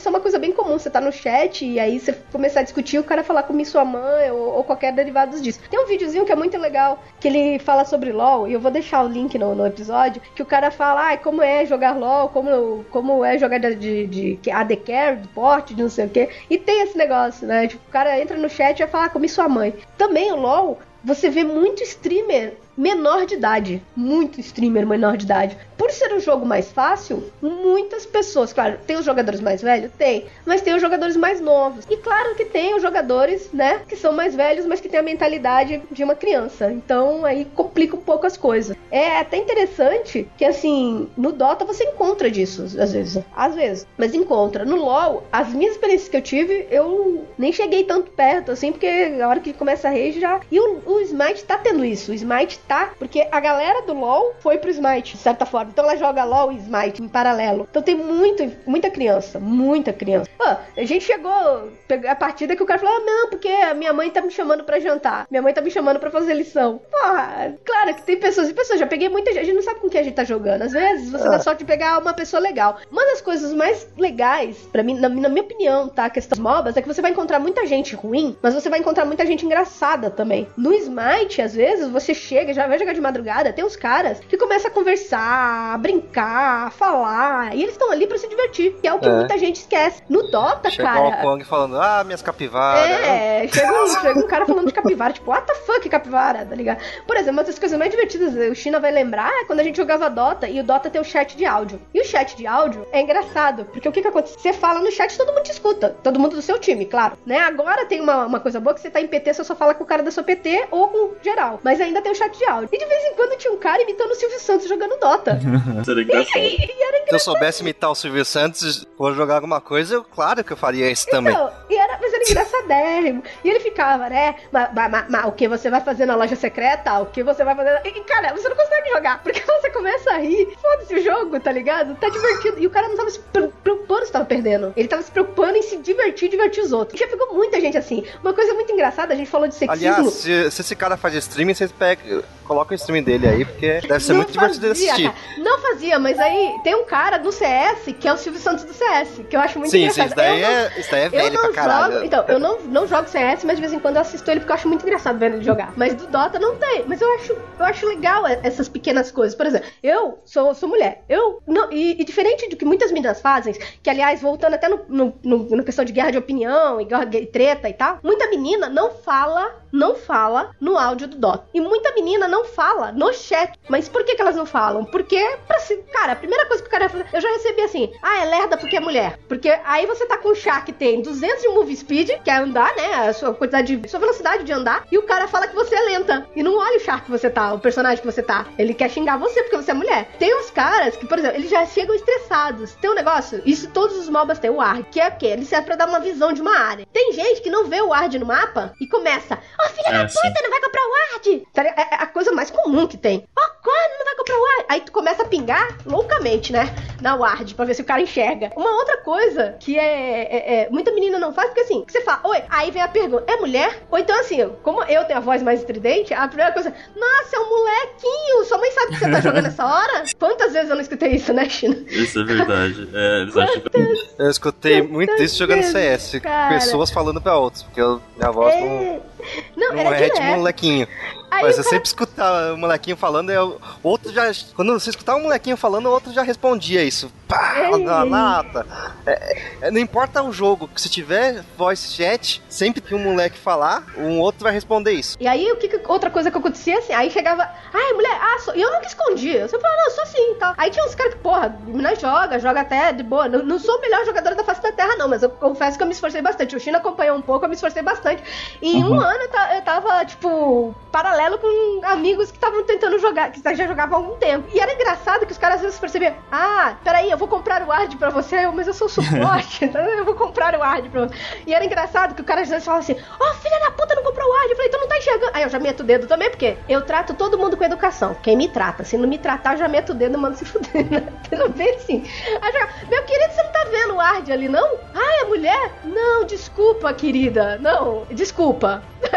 isso é uma coisa bem comum. Você tá no chat e aí você começar a discutir, o cara falar comi sua mãe ou, ou qualquer derivado disso. Tem um videozinho que é muito legal, que ele fala sobre LoL, e eu vou deixar o link no, no episódio, que o cara fala, ah, como é jogar LoL, como, como é jogar de, de, de A D Carry, de porte, de não sei o que. E tem esse negócio, né? Tipo, o cara entra no chat e vai falar, ah, comi sua mãe. Também o LoL, você vê muito streamer menor de idade, muito streamer menor de idade. Por ser um jogo mais fácil, muitas pessoas, claro, tem os jogadores mais velhos? Tem, mas tem os jogadores mais novos. E claro que tem os jogadores, né, que são mais velhos, mas que têm a mentalidade de uma criança. Então aí complica um pouco as coisas. É até interessante que, assim, no Dota você encontra disso, às vezes. Às vezes. Mas encontra. No LoL, as minhas experiências que eu tive, eu nem cheguei tanto perto, assim, porque a hora que começa a rage já... E o, o Smite tá tendo isso. O Smite tá, porque a galera do LoL foi pro Smite, de certa forma. Então ela joga LoL e Smite em paralelo. Então tem muito, muita criança, muita criança. Pô, a gente chegou a partida que o cara falou, ah, não, porque a minha mãe tá me chamando pra jantar. Minha mãe tá me chamando pra fazer lição. Porra, claro que tem pessoas e pessoas. Já peguei muita gente, a gente não sabe com quem a gente tá jogando. Às vezes você ah. dá sorte de pegar uma pessoa legal. Uma das coisas mais legais, pra mim, na, na minha opinião, tá, a questão dos MOBAs, é que você vai encontrar muita gente ruim, mas você vai encontrar muita gente engraçada também. No Smite, às vezes, você chega, já vai jogar de madrugada, tem uns caras que começam a conversar, a brincar, a falar, e eles estão ali pra se divertir, que é o que é. muita gente esquece. No Dota, chega cara... Chega o Kong falando, ah, minhas capivaras. É, chega um, chega um cara falando de capivara, tipo, what the fuck, capivara, tá ligado? Por exemplo, uma das coisas mais divertidas, o China vai lembrar, é quando a gente jogava Dota, e o Dota tem o chat de áudio. E o chat de áudio é engraçado, porque o que que acontece? Você fala no chat, todo mundo te escuta, todo mundo do seu time, claro, né? Agora tem uma, uma coisa boa, que você tá em P T, você só fala com o cara da sua P T ou com geral, mas ainda tem o chat de áudio. E de vez em quando tinha um cara imitando o Silvio Santos jogando Dota. Seria engraçado. E, e era Se eu soubesse imitar o Silvio Santos ou jogar alguma coisa, eu, claro que eu faria isso então, também. E era, mas era engraçadérrimo. E ele ficava, né? Mas, mas, mas o que você vai fazer na loja secreta? O que você vai fazer... E, cara, você não consegue jogar, porque você começa a rir. Foda-se o jogo, tá ligado? Tá divertido. E o cara não tava se preocupando se tava perdendo. Ele tava se preocupando em se divertir e divertir os outros. E já pegou muita gente assim. Uma coisa muito engraçada, a gente falou de sexismo. Aliás, se, se esse cara faz streaming, vocês pegam... Coloca o stream dele aí, porque deve ser não muito fazia, divertido de assistir. Cara. Não fazia, mas aí tem um cara do C S, que é o Silvio Santos do C S, que eu acho muito sim, engraçado. Sim, isso daí, não, é, isso daí é velho pra caralho. Jogo, então, eu não, não jogo C S, mas de vez em quando eu assisto ele, porque eu acho muito engraçado vendo ele jogar. Mas do Dota não tem. Mas eu acho, eu acho legal essas pequenas coisas. Por exemplo, eu sou, sou mulher. Eu não, e, e diferente do que muitas meninas fazem, que aliás, voltando até no, no, no, na questão de guerra de opinião, e treta e tal, muita menina não fala, não fala no áudio do Dota. E muita menina não fala no chat. Mas por que que elas não falam? Porque, pra se... cara, a primeira coisa que o cara ia fazer... Eu já recebi assim, ah, é lerda porque é mulher. Porque aí você tá com um char que tem duzentos de move speed, que é andar, né, a sua quantidade de... sua velocidade de andar, e o cara fala que você é lenta. E não olha o char que você tá, o personagem que você tá. Ele quer xingar você porque você é mulher. Tem uns caras que, por exemplo, eles já chegam estressados. Tem um negócio, isso todos os MOBAs têm, o ward, que é o quê? Ele serve pra dar uma visão de uma área. Tem gente que não vê o ward no mapa e começa, ó, oh, filha é, da puta, não vai comprar o ward. É a coisa mais comum que tem. Ó, oh, quando não vai comprar o ward? Aí tu começa a pingar loucamente, né? Na ward, pra ver se o cara enxerga. Uma outra coisa que é, é, é muita menina não faz, porque assim, que você fala, oi, aí vem a pergunta, é mulher? Ou então assim, como eu tenho a voz mais estridente, a primeira coisa, nossa, é um molequinho, sua mãe sabe que você tá jogando essa hora? Quantas vezes eu não escutei isso, né, China? Isso é verdade. É, eles acham que... Eu escutei muito isso jogando C S, cara. Pessoas falando pra outros, porque eu, minha voz é... não, não, não era é de molequinho. Aí mas eu cara... sempre escutava o molequinho falando, eu, outro já... Quando você escutava o molequinho falando, o outro já respondia isso. Pá, na lata. É, é, não importa o jogo, se tiver voice chat, sempre que um moleque falar, um outro vai responder isso. E aí, o que, outra coisa que acontecia, assim, aí chegava, ai, mulher, ah, sou... e eu nunca escondia. Eu sempre falava, não, eu sou assim, tá. Aí tinha uns caras que, porra, menina joga, joga até de boa. Não, não sou o melhor jogador da face da terra, não, mas eu confesso que eu me esforcei bastante. O China acompanhou um pouco, eu me esforcei bastante. E em uhum. um ano eu tava, tipo, paralelo com amigos que estavam tentando jogar, que já jogavam há algum tempo. E era engraçado que os caras às vezes percebiam, ah, peraí, eu vou comprar o ward pra você, eu, mas eu sou suporte, então eu vou comprar o ward pra você. E era engraçado que o cara às vezes falava assim, ó, oh, filha da puta, não comprou o ward. Eu falei, então não tá enxergando. Aí eu já meto o dedo também, porque eu trato todo mundo com educação. Quem me trata, se não me tratar, eu já meto o dedo e mando se fuder, né? Você não vê assim. Aí eu, meu querido, você não tá vendo o ward ali, não? Ah, é mulher? Não, desculpa, querida. Não, desculpa. Aí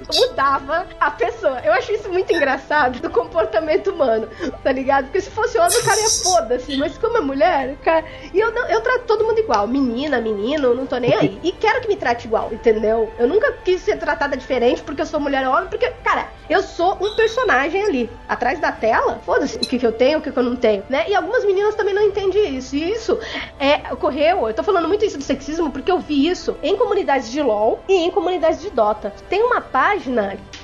mudava a pessoa. Eu acho isso muito engraçado do comportamento humano, tá ligado? Porque se fosse homem, o cara ia foda-se, mas como é mulher, cara... E eu, não, eu trato todo mundo igual, menina, menino, não tô nem aí. E quero que me trate igual, entendeu? Eu nunca quis ser tratada diferente porque eu sou mulher ou homem, porque, cara, eu sou um personagem ali, atrás da tela, foda-se o que, que eu tenho, o que, que eu não tenho, né? E algumas meninas também não entendem isso. E isso é, ocorreu, eu tô falando muito isso do sexismo porque eu vi isso em comunidades de LoL e em comunidades de Dota. Tem uma página que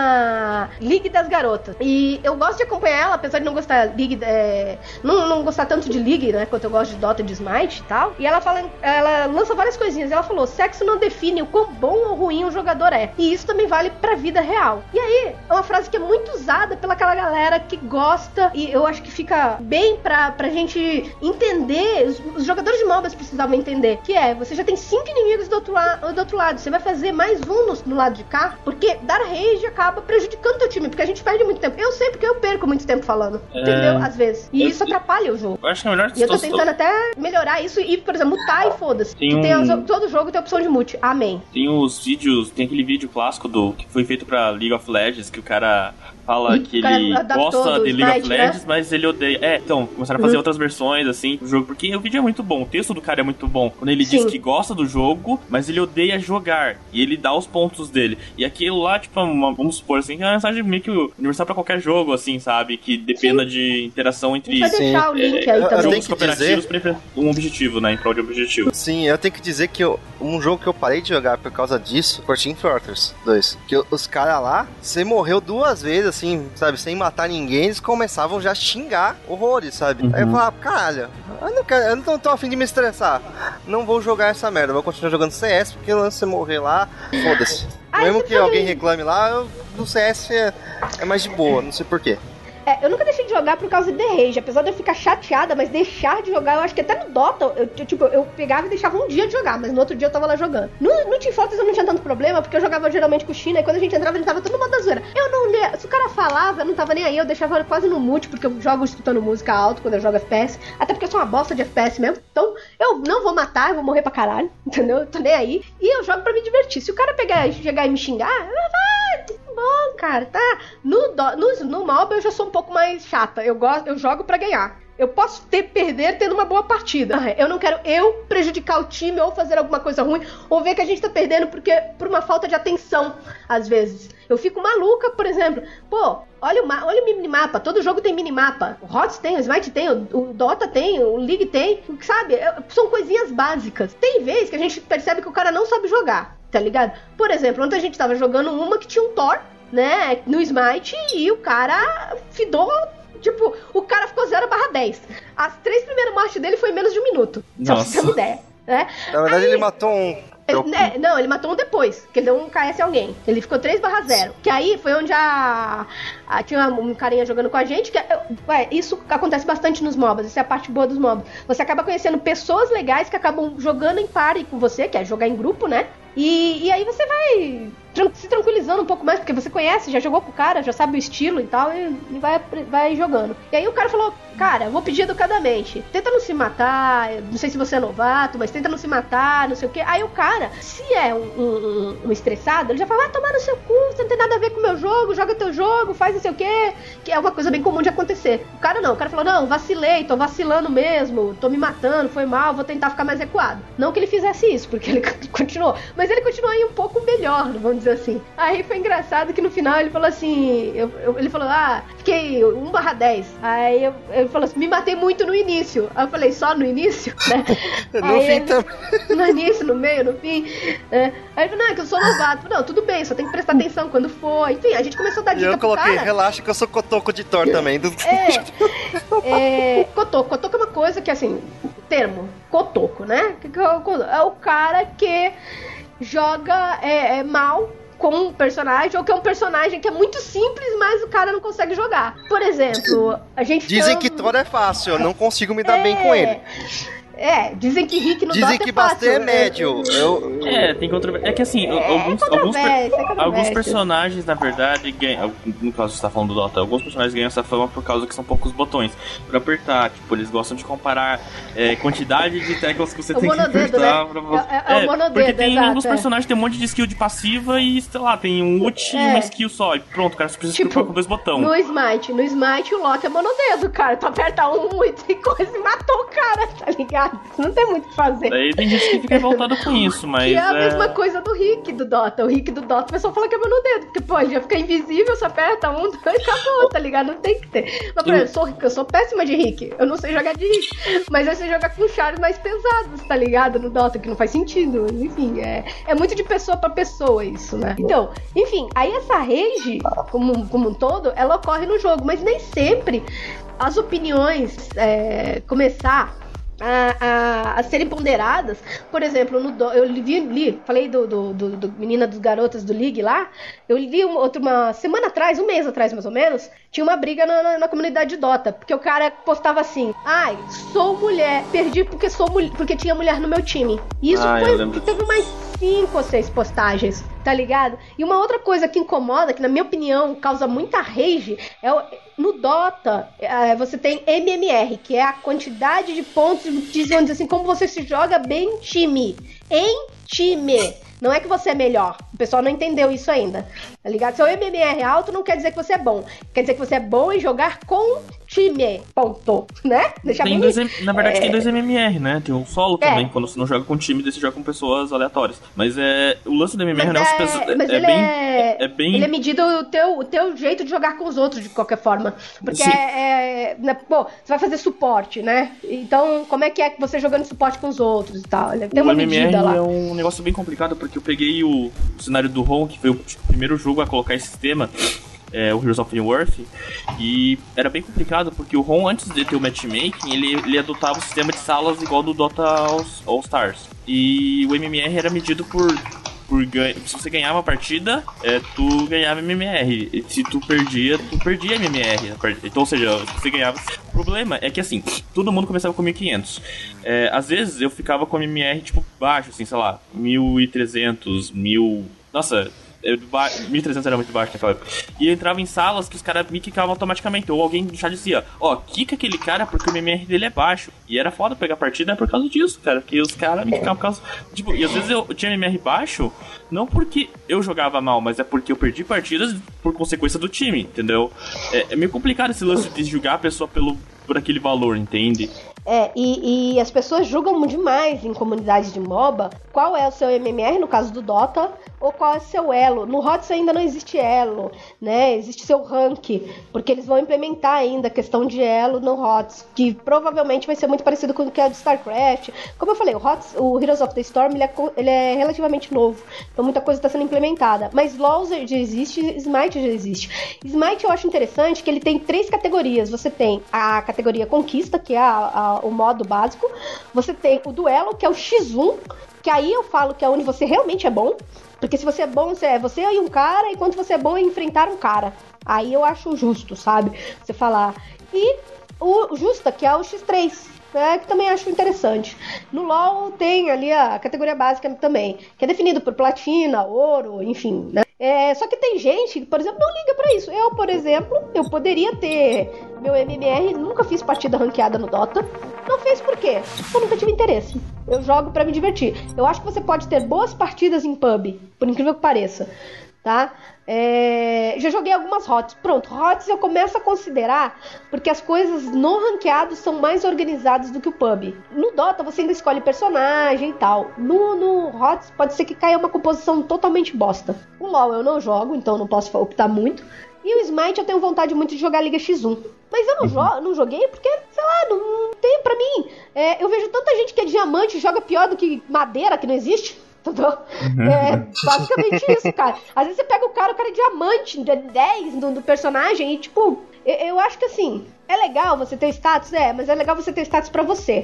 chama League das Garotas. E eu gosto de acompanhar ela, apesar de não gostar League, é, não, não gostar tanto de League, né? Quanto eu gosto de Dota e de Smite e tal. E ela fala, ela lança várias coisinhas. Ela falou: sexo não define o quão bom ou ruim um jogador é. E isso também vale pra vida real. E aí, é uma frase que é muito usada pela aquela galera que gosta, e eu acho que fica bem pra, pra gente entender, os, os jogadores de MOBAs precisavam entender, que é, você já tem cinco inimigos do outro, la- do outro lado, você vai fazer mais um no, no lado de cá, porque dar rage acaba prejudicando teu time, porque a gente perde muito tempo. Eu sei porque eu perco muito tempo falando, é... entendeu? Às vezes. E eu, isso atrapalha o jogo. Eu acho que é melhor E eu tô tentando até melhorar isso e, por exemplo, mutar e foda-se. Tem um... tem as, todo jogo tem a opção de mute. Amém. Tem os vídeos, tem aquele vídeo clássico do que foi feito pra League of Legends, que o cara fala que ele gosta de League of Legends, né? Mas ele odeia. É, então, começaram a fazer uhum. outras versões, assim, do jogo, porque o vídeo é muito bom, o texto do cara é muito bom. Quando ele Sim. diz que gosta do jogo, mas ele odeia jogar, e ele dá os pontos dele. E aquilo lá, tipo, uma, vamos supor, assim, que é uma mensagem meio que universal pra qualquer jogo, assim, sabe? Que dependa Sim. de interação entre vai deixar o link é, aí também. jogos cooperativos dizer... pra um objetivo, né? Em prol de objetivo. Sim, eu tenho que dizer que eu, um jogo que eu parei de jogar por causa disso foi Team Fortress dois. Que os caras lá, você morreu duas vezes, assim, sabe? Sem matar ninguém, eles começavam já a xingar horrores, sabe? Uhum. Aí eu falava, caralho, eu não, quero, eu não tô, tô afim de me estressar. Não vou jogar essa merda, vou continuar jogando C S, porque antes de você morrer lá, foda-se. Ah, Mesmo que também. alguém reclame lá, eu, no C S é, é mais de boa, não sei porquê. É, eu nunca deixei de jogar por causa de rage, apesar de eu ficar chateada, mas deixar de jogar, eu acho que até no Dota, eu, eu, tipo, eu pegava e deixava um dia de jogar, mas no outro dia eu tava lá jogando. No, no Team Fortress eu não tinha tanto problema, porque eu jogava geralmente com o China, e quando a gente entrava ele tava todo mundo da zoeira. Eu não lia, se o cara falava, eu não tava nem aí, eu deixava quase no mute, porque eu jogo escutando música alto quando eu jogo F P S, até porque eu sou uma bosta de F P S mesmo, então eu não vou matar, eu vou morrer pra caralho, entendeu? Eu tô nem aí, e eu jogo pra me divertir. Se o cara pegar, chegar e me xingar, vai... Bom, cara, tá. No, no, no mob eu já sou um pouco mais chata. Eu, gosto, eu jogo pra ganhar. Eu posso ter, perder tendo uma boa partida. Eu não quero eu prejudicar o time ou fazer alguma coisa ruim, ou ver que a gente tá perdendo porque, por uma falta de atenção, às vezes. Eu fico maluca, por exemplo. Pô, olha o, olha o minimapa. Todo jogo tem minimapa. O H O T S tem, o Smite tem, o, o Dota tem, o League tem. Sabe? São coisinhas básicas. Tem vezes que a gente percebe que o cara não sabe jogar. Tá ligado? Por exemplo, ontem a gente tava jogando uma que tinha um Thor, né, no Smite, e o cara fidou, tipo, o cara ficou zero barra dez. As três primeiras mortes dele foi em menos de um minuto. Nossa. Só pra você ter uma ideia, né? Na verdade Aí, ele matou um... Ele, né, não, ele matou um depois, que ele deu um K S a alguém. Ele ficou três barra zero. Que aí foi onde a, a tinha um carinha jogando com a gente, que ué, isso acontece bastante nos MOBAs, isso é a parte boa dos MOBAs. Você acaba conhecendo pessoas legais que acabam jogando em party com você, que é jogar em grupo, né? E, e aí você vai tran- se tranquilizando um pouco mais, porque você conhece, já jogou com o cara, já sabe o estilo e tal, e, e vai, vai jogando. E aí o cara falou, cara, eu vou pedir educadamente, tenta não se matar, não sei se você é novato, mas tenta não se matar, não sei o quê. Aí o cara, se é um, um, um estressado, ele já fala, vai tomar no seu cu, você não tem nada a ver com o meu jogo, joga teu jogo, faz não sei o quê, que é uma coisa bem comum de acontecer. O cara não, o cara falou, não, vacilei, tô vacilando mesmo, tô me matando, foi mal, vou tentar ficar mais recuado. Não que ele fizesse isso, porque ele continuou, mas ele continuou aí um pouco melhor, vamos dizer assim. Aí foi engraçado que no final ele falou assim, eu, eu, ele falou, ah, fiquei um barra dez. Aí eu, ele falou assim, me matei muito no início. Aí eu falei, só no início? Né? No aí fim ele, também. No início, no meio, no fim. Né? Aí ele falou, não, é que eu sou novato. Não, tudo bem, só tem que prestar atenção quando for. Enfim, a gente começou a dar dica E eu coloquei, pro cara. relaxa que eu sou cotoco de Thor também. É, é, cotoco. Cotoco é uma coisa que, assim, termo, cotoco, né? É o cara que joga é, é, mal com um personagem, ou que é um personagem que é muito simples, mas o cara não consegue jogar. Por exemplo, a gente Dizem tem... que Thor é fácil, eu não consigo me dar é... bem com ele. É, dizem que Rick no Dizem Dota que é fácil. Bastet é médio. Eu... É, tem controvérsia. É que assim, É, alguns, é alguns, per- é alguns personagens, na verdade, ganham. No caso, você tá falando do Dota, alguns personagens ganham essa fama por causa que são poucos botões pra apertar. Tipo, eles gostam de comparar é, quantidade de teclas que você o tem que monodedo, apertar. né? Pra você... É, é, é o monodedo, porque tem exato, alguns é. personagens que tem um monte de skill de passiva e, sei lá, tem um ult e É. uma skill só. E pronto, o cara só precisa Tipo, clicar com dois botões. No Smite, no Smite o Loki é monodedo, cara. Tu aperta um e tem coisa e matou o cara, tá ligado? Não tem muito o que fazer. Daí tem gente que fica revoltada com isso, mas. Que é a é... mesma coisa do Rick do Dota. O Rick do Dota, o pessoal fala que é monodedo. Porque, pô, ele já fica invisível, só aperta um, dois, acabou, tá ligado? Não tem que ter. Mas, por exemplo, eu sou Rick, eu sou péssima de Rick. Eu não sei jogar de Rick. Mas eu sei jogar com chaves mais pesados, tá ligado? No Dota, que não faz sentido. Enfim, é, é muito de pessoa pra pessoa isso, né? Então, enfim, aí essa rage, como, como um todo, ela ocorre no jogo. Mas nem sempre as opiniões é, começar A, a, a serem ponderadas. Por exemplo, no do, eu li, li falei do, do, do, do Menina dos Garotas do League lá. Eu li uma, outra, uma semana atrás, um mês atrás mais ou menos, tinha uma briga na, na, na comunidade de Dota, porque o cara postava assim: ai, sou mulher, perdi porque sou mulher, porque tinha mulher no meu time. E isso ah, foi que teve mais cinco ou seis postagens, tá ligado? E uma outra coisa que incomoda, que na minha opinião causa muita rage, é o, no Dota é, você tem M M R, que é a quantidade de pontos, dizendo assim, como você se joga bem em time. Em time. Não é que você é melhor. O pessoal não entendeu isso ainda. Tá ligado? Seu M M R alto não quer dizer que você é bom. Quer dizer que você é bom em jogar com time. Ponto. Né? Deixa tem bem... dois, na verdade é... tem dois M M R, né? Tem um solo é. também. Quando você não joga com time, você joga com pessoas aleatórias. Mas é, o lance do M M R mas não é, é, mas é, ele bem, é... é bem... Ele é medido o teu, o teu jeito de jogar com os outros, de qualquer forma. Porque é, é... Pô, você vai fazer suporte, né? Então, como é que é você jogando suporte com os outros e tal? Tem uma o medida M M R lá. É um negócio bem complicado, porque eu peguei o, o cenário do ROM, que foi o primeiro jogo a colocar esse sistema, é, o Heroes of Newerth, e era bem complicado, porque o ROM, antes de ter o matchmaking, ele, ele adotava o sistema de salas igual do Dota All, All Stars. E o M M R era medido por... Por ganha... Se você ganhava a partida, é, tu ganhava M M R. E se tu perdia, tu perdia M M R. Então, ou seja, se você ganhava... O problema é que, assim, todo mundo começava com mil e quinhentos. É, às vezes, eu ficava com M M R, tipo, baixo, assim, sei lá, mil e trezentos, mil... Nossa... mil e trezentos era muito baixo naquela época. E eu entrava em salas que os caras me quicavam automaticamente. Ou alguém do chat dizia, ó, oh, quica aquele cara porque o M M R dele é baixo. E era foda pegar partida por causa disso, cara. Porque os caras me quicavam por causa... Tipo, e às vezes eu tinha M M R baixo, não porque eu jogava mal, mas é porque eu perdi partidas por consequência do time, entendeu? É, é meio complicado esse lance de julgar a pessoa pelo, por aquele valor, entende? É, e, e as pessoas julgam demais em comunidades de MOBA qual é o seu M M R, no caso do Dota, ou qual é o seu elo. No H O T S ainda não existe elo, né? Existe seu rank, porque eles vão implementar ainda a questão de elo no H O T S, que provavelmente vai ser muito parecido com o que é do StarCraft. Como eu falei, o, H O T S, o Heroes of the Storm, ele é, ele é relativamente novo, então muita coisa está sendo implementada. Mas LoL já existe, Smite já existe. Smite eu acho interessante que ele tem três categorias. Você tem a categoria Conquista, que é a, a, o modo básico. Você tem o Duelo, que é o xis um, que aí eu falo que é onde você realmente é bom. Porque se você é bom, você é você e um cara, enquanto você é bom é enfrentar um cara. Aí eu acho justo, sabe? Você falar. E o Justa, que é o xis três, né? Que também acho interessante. No LoL tem ali a categoria básica também, que é definido por platina, ouro, enfim, né? É, só que tem gente que, por exemplo, não liga pra isso. Eu, por exemplo, eu poderia ter meu M M R, nunca fiz partida ranqueada no Dota. Não fiz por quê? Eu nunca tive interesse. Eu jogo pra me divertir. Eu acho que você pode ter boas partidas em pub, por incrível que pareça, tá? É... Já joguei algumas H O T S. Pronto, H O T S eu começo a considerar porque as coisas no ranqueado são mais organizadas do que o pub. No Dota você ainda escolhe personagem e tal. No, no H O T S pode ser que caia uma composição totalmente bosta. O LoL eu não jogo, então não posso optar muito. E o Smite eu tenho vontade muito de jogar Liga xis um. Mas eu não, jo- não joguei porque, sei lá, não, não tem pra mim. É, eu vejo tanta gente que é diamante e joga pior do que madeira, que não existe. Entendeu? É basicamente isso, cara. Às vezes você pega o cara, o cara é diamante, dez do, do personagem e, tipo, eu, eu acho que assim, é legal você ter status, é, mas é legal você ter status pra você.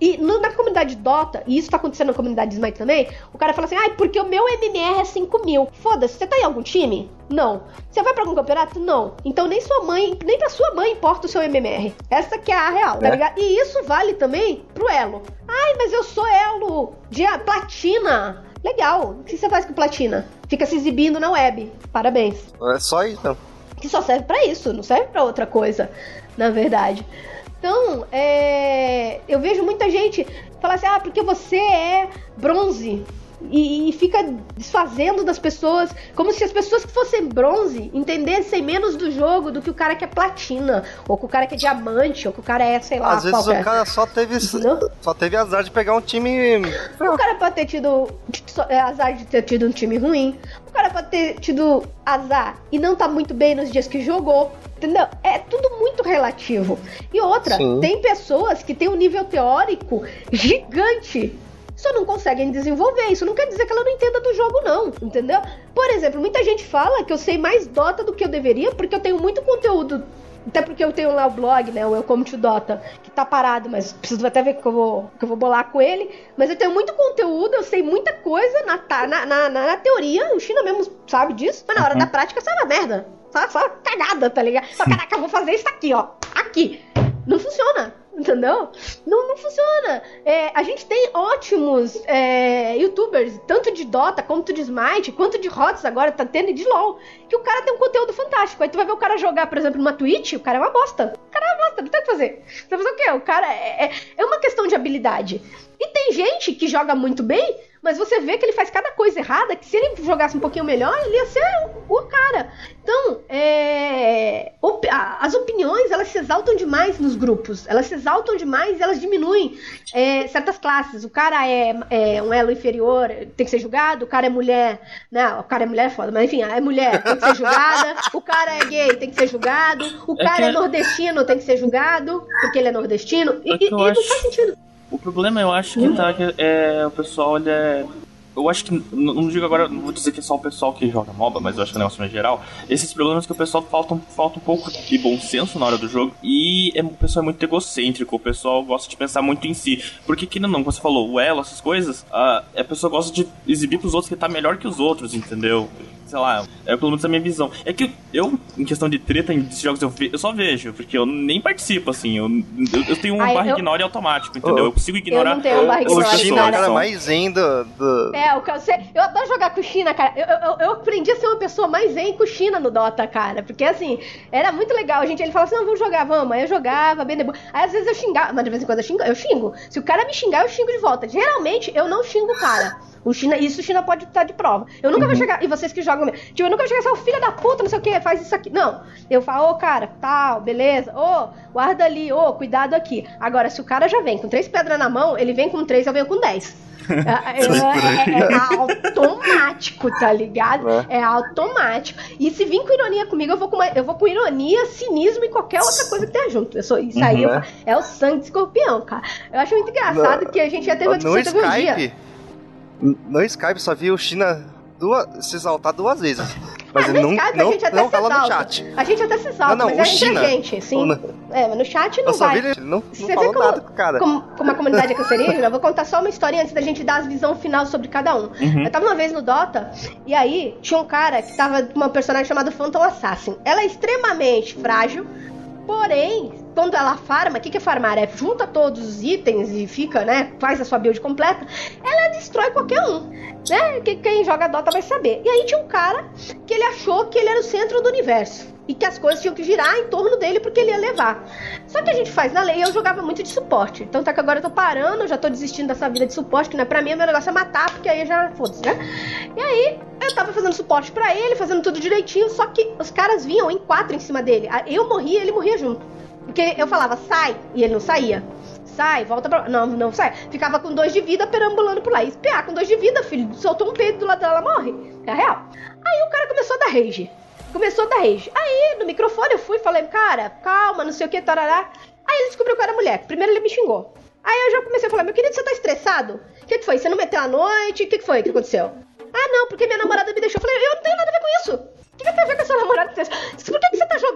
E no, na comunidade Dota, e isso tá acontecendo na comunidade Smite também, o cara fala assim, ai, porque o meu M M R é cinco mil. Foda-se, você tá em algum time? Não. Você vai pra algum campeonato? Não. Então nem sua mãe, nem pra sua mãe importa o seu M M R. Essa que é a real, tá é. ligado? E isso vale também pro elo. Ai, mas eu sou elo de platina. Legal. O que você faz com platina? Fica se exibindo na web. Parabéns. É só isso, não. Que só serve pra isso, não serve pra outra coisa, na verdade. Então, é... eu vejo muita gente falar assim, ah, porque você é bronze. E, e fica desfazendo das pessoas, como se as pessoas que fossem bronze entendessem menos do jogo do que o cara que é platina, ou que o cara que é diamante, ou que o cara é, sei lá, às vezes qualquer. O cara só teve, só teve azar de pegar um time... O cara pode ter tido azar de ter tido um time ruim, o cara pode ter tido azar e não tá muito bem nos dias que jogou, entendeu? É tudo muito relativo. E outra, Sim. tem pessoas que têm um nível teórico gigante, só não conseguem desenvolver. Isso não quer dizer que ela não entenda do jogo, não, entendeu? Por exemplo, muita gente fala que eu sei mais Dota do que eu deveria, porque eu tenho muito conteúdo, até porque eu tenho lá o blog, né, o Welcome to Dota, que tá parado, mas preciso até ver que eu vou, que eu vou bolar com ele, mas eu tenho muito conteúdo, eu sei muita coisa na, na, na, na teoria, o China mesmo sabe disso, mas na hora uhum. da prática sai uma merda, só, só cagada, tá ligado? Só, caraca, eu vou fazer isso aqui, ó, aqui, não funciona. Entendeu? Não, não funciona. É, a gente tem ótimos é, youtubers, tanto de Dota, quanto de Smite, quanto de H O T S agora, tá tendo e de LoL, que o cara tem um conteúdo fantástico. Aí tu vai ver o cara jogar, por exemplo, numa Twitch, o cara é uma bosta. O cara é uma bosta, não tem o que fazer. Você vai fazer o quê? O cara é, é, é uma questão de habilidade. E tem gente que joga muito bem, mas você vê que ele faz cada coisa errada, que se ele jogasse um pouquinho melhor, ele ia ser o, o cara. Então, é, op, a, as opiniões, elas se exaltam demais nos grupos. Elas se exaltam demais e elas diminuem é, certas classes. O cara é, é um elo inferior, tem que ser julgado. O cara é mulher, né? O cara é mulher é foda, mas enfim, é mulher, tem que ser julgada. O cara é gay, tem que ser julgado. O cara é, que... é nordestino, tem que ser julgado, porque ele é nordestino. E, e, e não faz sentido. O problema, eu acho que tá que é, o pessoal, ele é... Eu acho que, não, não digo agora, não vou dizer que é só o pessoal que joga MOBA, mas eu acho que é um negócio em geral. Esses problemas que o pessoal falta, falta um pouco de bom senso na hora do jogo. E é, o pessoal é muito egocêntrico, o pessoal gosta de pensar muito em si. Porque, que não, como você falou, o elo, essas coisas, a, a pessoa gosta de exibir pros outros que tá melhor que os outros, entendeu? Sei lá, é pelo menos a minha visão. É que eu, em questão de treta em jogos, eu, ve, eu só vejo, porque eu nem participo, assim. Eu, eu, eu tenho um Ai, barra eu... ignore automático, entendeu? Oh. Eu consigo ignorar. Eu não tenho um barra ignore. O China é o cara mais zen do... do... É, o que eu sei. Eu adoro jogar com o China, cara. Eu, eu, eu aprendi a ser uma pessoa mais zen com o China no Dota, cara. Porque, assim, era muito legal. A gente, ele falava assim, não, vamos jogar, vamos. Aí eu jogava, bem de boa. Aí, às vezes, eu xingava. Mas, de vez em quando, eu xingo, eu xingo. Se o cara me xingar, eu xingo de volta. Geralmente, eu não xingo o cara. O China, isso o China pode estar de prova. Eu nunca uhum. vou chegar, e vocês que jogam mesmo, tipo, eu nunca vou chegar e falar, filha da puta, não sei o que, faz isso aqui. Não, eu falo, ô oh, cara, tal, beleza, ô, oh, guarda ali, ô, oh, cuidado aqui. Agora, se o cara já vem com três pedras na mão, ele vem com três, eu venho com dez. É, é, é automático, tá ligado? É. é automático. E se vir com ironia comigo, eu vou com, uma, eu vou com ironia, cinismo e qualquer outra coisa que tenha junto. Eu sou, isso uhum, aí é. é o sangue de escorpião, cara. Eu acho muito engraçado no, que a gente já teve uma discussão no um dia. Skype, no Skype só vi o China duas, se exaltar duas vezes. Mas ah, ele no não, Skype, não, a gente até não se fala exalta. no chat. A gente até se exalta, não, não, mas é China, entre a gente, sim. no... É, mas no chat não eu só vai. Vi ele não, não Você falou vê como, nada com o cara. Como, como a comunidade é cancerígena, eu vou contar só uma historinha antes da gente dar a visão final sobre cada um. Uhum. Eu tava uma vez no Dota, e aí tinha um cara que tava com uma personagem chamada Phantom Assassin. Ela é extremamente frágil, porém, quando ela farma, o que, que é farmar? É junta todos os itens e fica, né, faz a sua build completa, ela destrói qualquer um, né, quem joga Dota vai saber. E aí tinha um cara que ele achou que ele era o centro do universo e que as coisas tinham que girar em torno dele porque ele ia levar. Só que a gente faz na lei, eu jogava muito de suporte, então tá que agora eu tô parando, eu já tô desistindo dessa vida de suporte, que não é pra mim, o meu negócio é matar, porque aí já foda-se, né? E aí eu tava fazendo suporte pra ele, fazendo tudo direitinho, só que os caras vinham em quatro em cima dele, eu morria, ele morria junto. Porque eu falava, sai, e ele não saía. Sai, volta pra... Não, não sai. Ficava com dois de vida perambulando por lá. E espiar com dois de vida, filho, soltou um peido do lado dela, morre. É real. Aí o cara começou a dar rage. Começou a dar rage. Aí, no microfone, eu fui e falei, cara, calma, não sei o que, tarará. Aí ele descobriu que eu era mulher. Primeiro ele me xingou. Aí eu já comecei a falar, meu querido, você tá estressado? O que que foi? Você não meteu a noite? O que que foi? O que aconteceu? Ah, não, porque minha namorada me deixou. Eu falei, eu não tenho nada a ver com isso. O que, que tem a ver com essa namorada? Por que, que você tá jogando?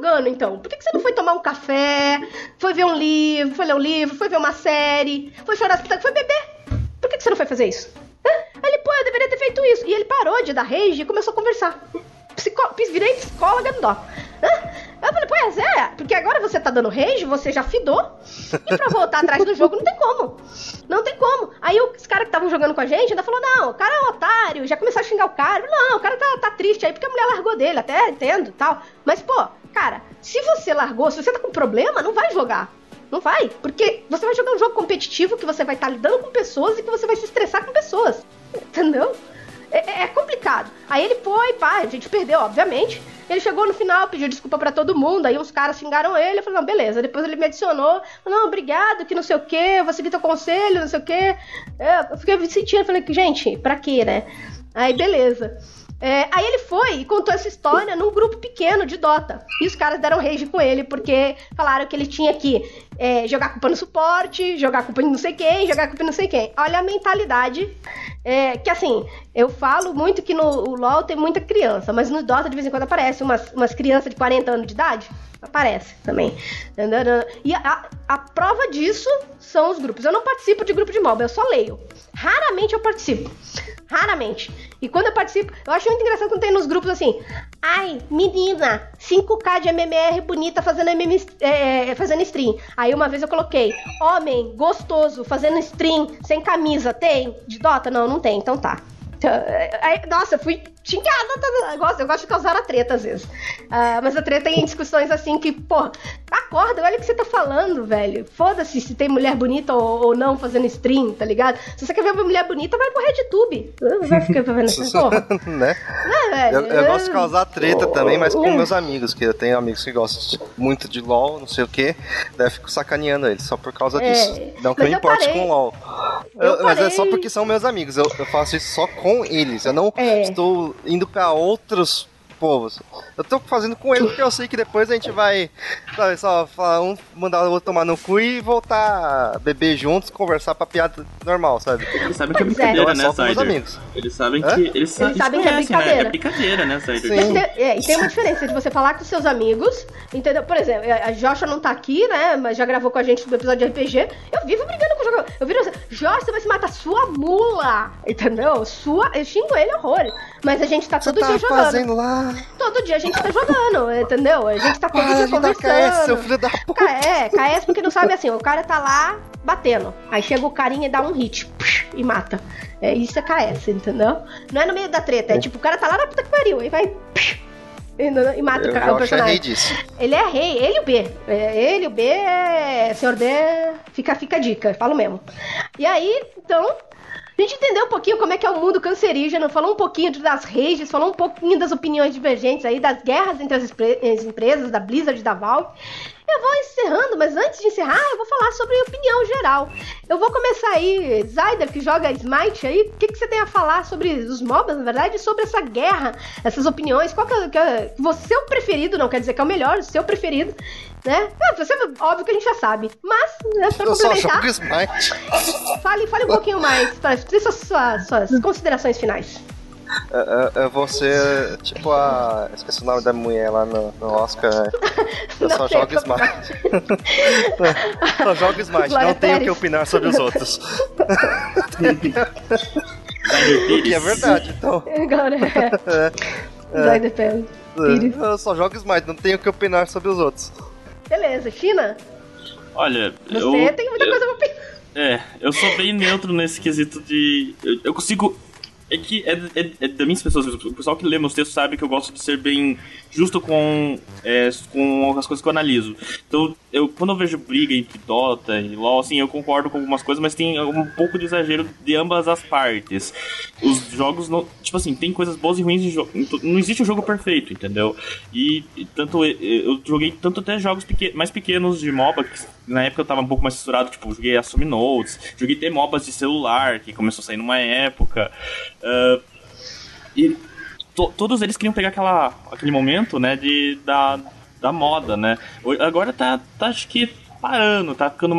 jogando, então? Por que, que você não foi tomar um café, foi ver um livro, foi ler um livro, foi ver uma série, foi chorar, foi beber? Por que, que você não foi fazer isso? Hã? Aí ele, pô, eu deveria ter feito isso. E ele parou de dar rage e começou a conversar. Psicó... Virei psicóloga no dó. Hã? Eu falei, pois é, porque agora você tá dando rage, você já fidou, e pra voltar atrás do jogo não tem como. Não tem como. Aí os caras que estavam jogando com a gente ainda falou, não, o cara é um otário, já começou a xingar o cara. Não, o cara tá, tá triste aí porque a mulher largou dele, até entendo e tal. Mas, pô, cara, se você largou, se você tá com problema, não vai jogar. Não vai, porque você vai jogar um jogo competitivo que você vai estar tá lidando com pessoas e que você vai se estressar com pessoas. Entendeu? É, é complicado. Aí ele foi, pá, a gente perdeu, obviamente. Ele chegou no final, pediu desculpa pra todo mundo. Aí uns caras xingaram ele. Eu falei, não, beleza. Depois ele me adicionou. Falei, não, obrigado, que não sei o que. Vou seguir teu conselho, não sei o que. Eu fiquei me sentindo. Falei, gente, pra quê, né? Aí, beleza. É, aí ele foi e contou essa história num grupo pequeno de Dota. E os caras deram rage com ele, porque falaram que ele tinha que é, jogar culpa no suporte, jogar culpa em não sei quem, jogar culpa em não sei quem. Olha a mentalidade. É, que assim, eu falo muito que no o LoL tem muita criança, mas no Dota de vez em quando aparece umas, umas crianças de quarenta anos de idade. Aparece também. E a, a prova disso são os grupos. Eu não participo de grupo de MOBA, eu só leio. Raramente eu participo. Raramente. E quando eu participo, eu acho muito engraçado quando tem nos grupos assim, ai, menina, cinco K de M M R bonita fazendo, M M, é, fazendo stream. Aí uma vez eu coloquei, homem, gostoso, fazendo stream, sem camisa, tem? De Dota? Não, não tem, então tá. Aí, nossa, eu fui xingada. Eu gosto, eu gosto de causar a treta às vezes. Uh, mas a treta tem discussões assim que, pô, acorda, olha o que você tá falando, velho. Foda-se se tem mulher bonita ou, ou não fazendo stream, tá ligado? Se você quer ver uma mulher bonita, vai pro RedTube. Vai ficar vendo assim, porra. Né? É, velho, eu, eu gosto de causar treta também, mas com meus amigos, que eu tenho amigos que gostam muito de LoL, não sei o que, daí eu fico sacaneando eles só por causa é, disso. Não que eu me importe com LoL. Eu eu, mas é só porque são meus amigos. Eu, eu faço isso só com eles. Eu não é. estou indo pra outros povos. Eu tô fazendo com eles porque eu sei que depois a gente vai, sabe, só falar um, mandar o outro tomar no cu e voltar a beber juntos, conversar pra piada normal, sabe? Eles sabem que é brincadeira, né, Sider? Eles sabem que, eles, eles sabem, sabem que é brincadeira. Né? É brincadeira, né, Sider? Sim. É, e tem uma diferença de você falar com seus amigos, entendeu? Por exemplo, a Joshua não tá aqui, né, mas já gravou com a gente no episódio de R P G. Eu vivo brigando com o jogador. Eu viro assim, Joshua, você vai se matar, sua mula, entendeu? Sua... Eu xingo ele horrores. Mas a gente tá todo você dia tá jogando. Fazendo lá? Todo dia a gente tá jogando, entendeu? A gente tá todo ah, dia conversando. K S, seu filho da puta. É, K S porque não sabe assim, o cara tá lá batendo. Aí chega o carinha e dá um hit psh, e mata. É, isso é K S, entendeu? Não é no meio da treta, é tipo, o cara tá lá na puta que pariu, aí vai psh, e, e mata eu o, o personagem. Rei disso. Ele é rei, ele e o B. É, ele e o B é. Senhor D, fica, fica a dica, falo mesmo. E aí, então. A gente entendeu um pouquinho como é que é o mundo cancerígeno, falou um pouquinho das rages, falou um pouquinho das opiniões divergentes aí, das guerras entre as, as empresas, da Blizzard e da Valve. Eu vou encerrando, mas antes de encerrar, eu vou falar sobre opinião geral. Eu vou começar aí, Zyder, que joga Smite aí, o que, que você tem a falar sobre os MOBAs, na verdade, sobre essa guerra, essas opiniões, qual que é, que é o seu preferido, não quer dizer que é o melhor, o seu preferido, né? É, você, óbvio que a gente já sabe, mas, né, pra eu complementar... só jogo Smite. Fale, fale um pouquinho mais, para suas, suas, suas considerações finais. Eu, eu vou ser tipo a... Esqueci o nome da mulher lá no, no Oscar, né? Eu só jogo Smite. Só jogo Smite, não tenho o que opinar sobre os outros. O que é verdade, então. Agora é. Vai depende. Eu só jogo Smite, não tenho o que opinar sobre os outros. Beleza, China? Olha, você eu, tem muita eu, coisa pra opinar. É, eu sou bem neutro nesse quesito de... Eu, eu consigo... É que é, é, é das minhas pessoas, o pessoal que lê meus textos sabe que eu gosto de ser bem justo com, é, com as coisas que eu analiso. Então, eu, quando eu vejo briga entre Dota e LoL, assim, eu concordo com algumas coisas, mas tem um pouco de exagero de ambas as partes. Os jogos, não, tipo assim, tem coisas boas e ruins em jogo. Não existe um jogo perfeito, entendeu? E, e tanto eu, eu joguei tanto até jogos pequen, mais pequenos de MOBA, que na época eu tava um pouco mais censurado, tipo, joguei Assume Notes, joguei até MOBAs de celular, que começou a sair numa época. Uh, e to, todos eles queriam pegar aquela, aquele momento, né, de, da, da moda, né? Agora tá, tá, acho que parando, tá ficando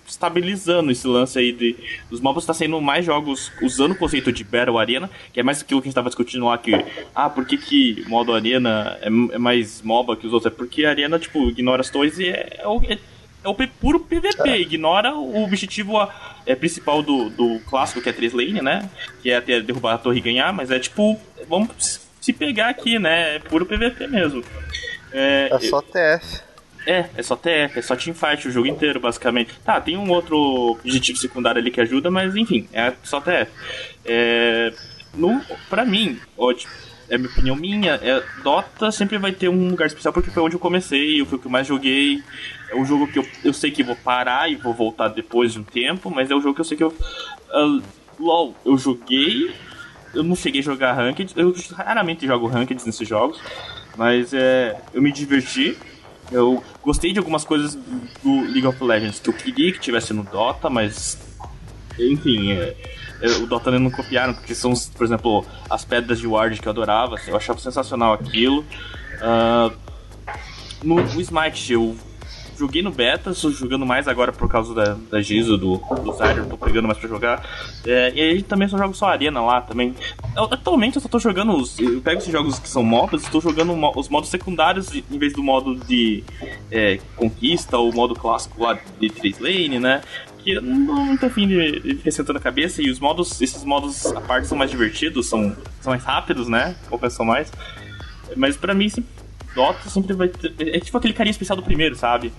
estabilizando esse lance aí de, dos MOBAs. Tá saindo mais jogos usando o conceito de Battle Arena, que é mais aquilo que a gente tava discutindo lá, que, ah, por que que modo Arena é, é mais MOBA que os outros? É porque a Arena, tipo, ignora as torres e é, é, o, é, é o puro P V P, ignora o objetivo a, é, principal do, do clássico, que é três lane, né? Que é até derrubar a torre e ganhar, mas é tipo, vamos se pegar aqui, né? É puro P V P mesmo. É, é só T F. É, é só T F, é só teamfight o jogo inteiro, basicamente. Tá, tem um outro objetivo secundário ali que ajuda, mas enfim, é só T F. É, no, pra mim, ótimo, é minha opinião minha, é, Dota sempre vai ter um lugar especial porque foi onde eu comecei, foi o que eu mais joguei. É um jogo que eu, eu sei que vou parar e vou voltar depois de um tempo, mas é um jogo que eu sei que eu... Uh, LOL, eu joguei, eu não cheguei a jogar Ranked, eu raramente jogo Ranked nesses jogos, mas é, eu me diverti. Eu gostei de algumas coisas do League of Legends que eu queria que tivesse no Dota, mas enfim, é, é, o Dota não copiaram, porque são, por exemplo, as pedras de ward que eu adorava, eu achava sensacional aquilo. Uh, no, no Smite eu joguei no beta, estou jogando mais agora por causa da, da Giso, do, do Zyder, tô pegando mais pra jogar. É, e aí também só jogo só Arena lá também. Eu, atualmente eu só tô jogando os. Eu pego esses jogos que são MOBAs e estou jogando mo, os modos secundários em vez do modo de é, conquista ou modo clássico lá de três lane, né? Que eu não tô afim de, de ficar sentando a cabeça, e os modos, esses modos à parte são mais divertidos, são, são mais rápidos, né? Compensam mais. Mas pra mim, sempre, Dota sempre vai ter. É tipo aquele carinho especial do primeiro, sabe?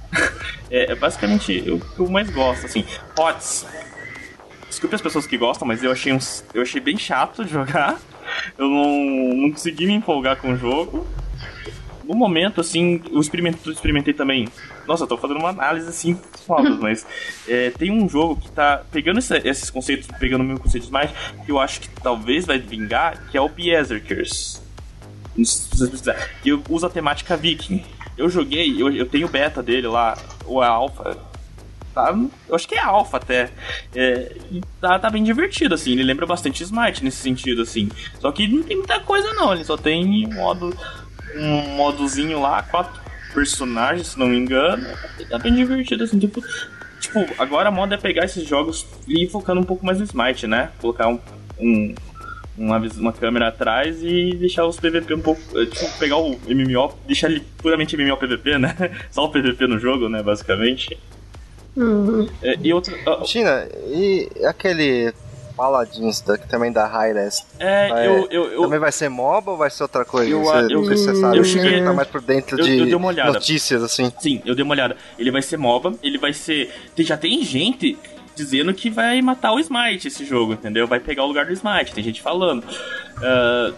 é, é basicamente o que eu mais gosto, assim. H O T S. Desculpe as pessoas que gostam, mas eu achei, uns, eu achei bem chato de jogar. Eu não, não consegui me empolgar com o jogo. No momento, assim, eu experimentei, experimentei também. Nossa, eu tô fazendo uma análise assim, fodas, mas é, tem um jogo que tá pegando esse, esses conceitos, pegando o meu conceito de Smite, que eu acho que talvez vai vingar, que é o Berserkers. Que usa a temática viking. Eu joguei, eu, eu tenho o beta dele lá, ou a alpha. Tá, eu acho que é alpha até. É, e tá, tá bem divertido, assim. Ele lembra bastante Smite nesse sentido, assim. Só que não tem muita coisa, não. Ele só tem um modo, um modozinho lá, quatro personagens, se não me engano. E tá bem divertido, assim. Tipo, tipo, agora a moda é pegar esses jogos e ir focando um pouco mais no Smite, né? Colocar um. um Uma, uma câmera atrás e deixar os P V P um pouco. Tipo, pegar o M M O, deixar ele puramente M M O P V P, né? Só o P V P no jogo, né? Basicamente. Uhum. É, e outra. Uh, China, e aquele Paladins da, que também dá Hi-Res? É, vai, eu, eu, eu. Também vai ser MOBA ou vai ser outra coisa? Eu, você, eu, você sabe, eu cheguei. Tá mais por dentro eu, de eu dei uma olhada. Notícias, assim. Sim, eu dei uma olhada. Ele vai ser MOBA, ele vai ser. Já tem gente dizendo que vai matar o Smite esse jogo, entendeu? Vai pegar o lugar do Smite, tem gente falando. Uh,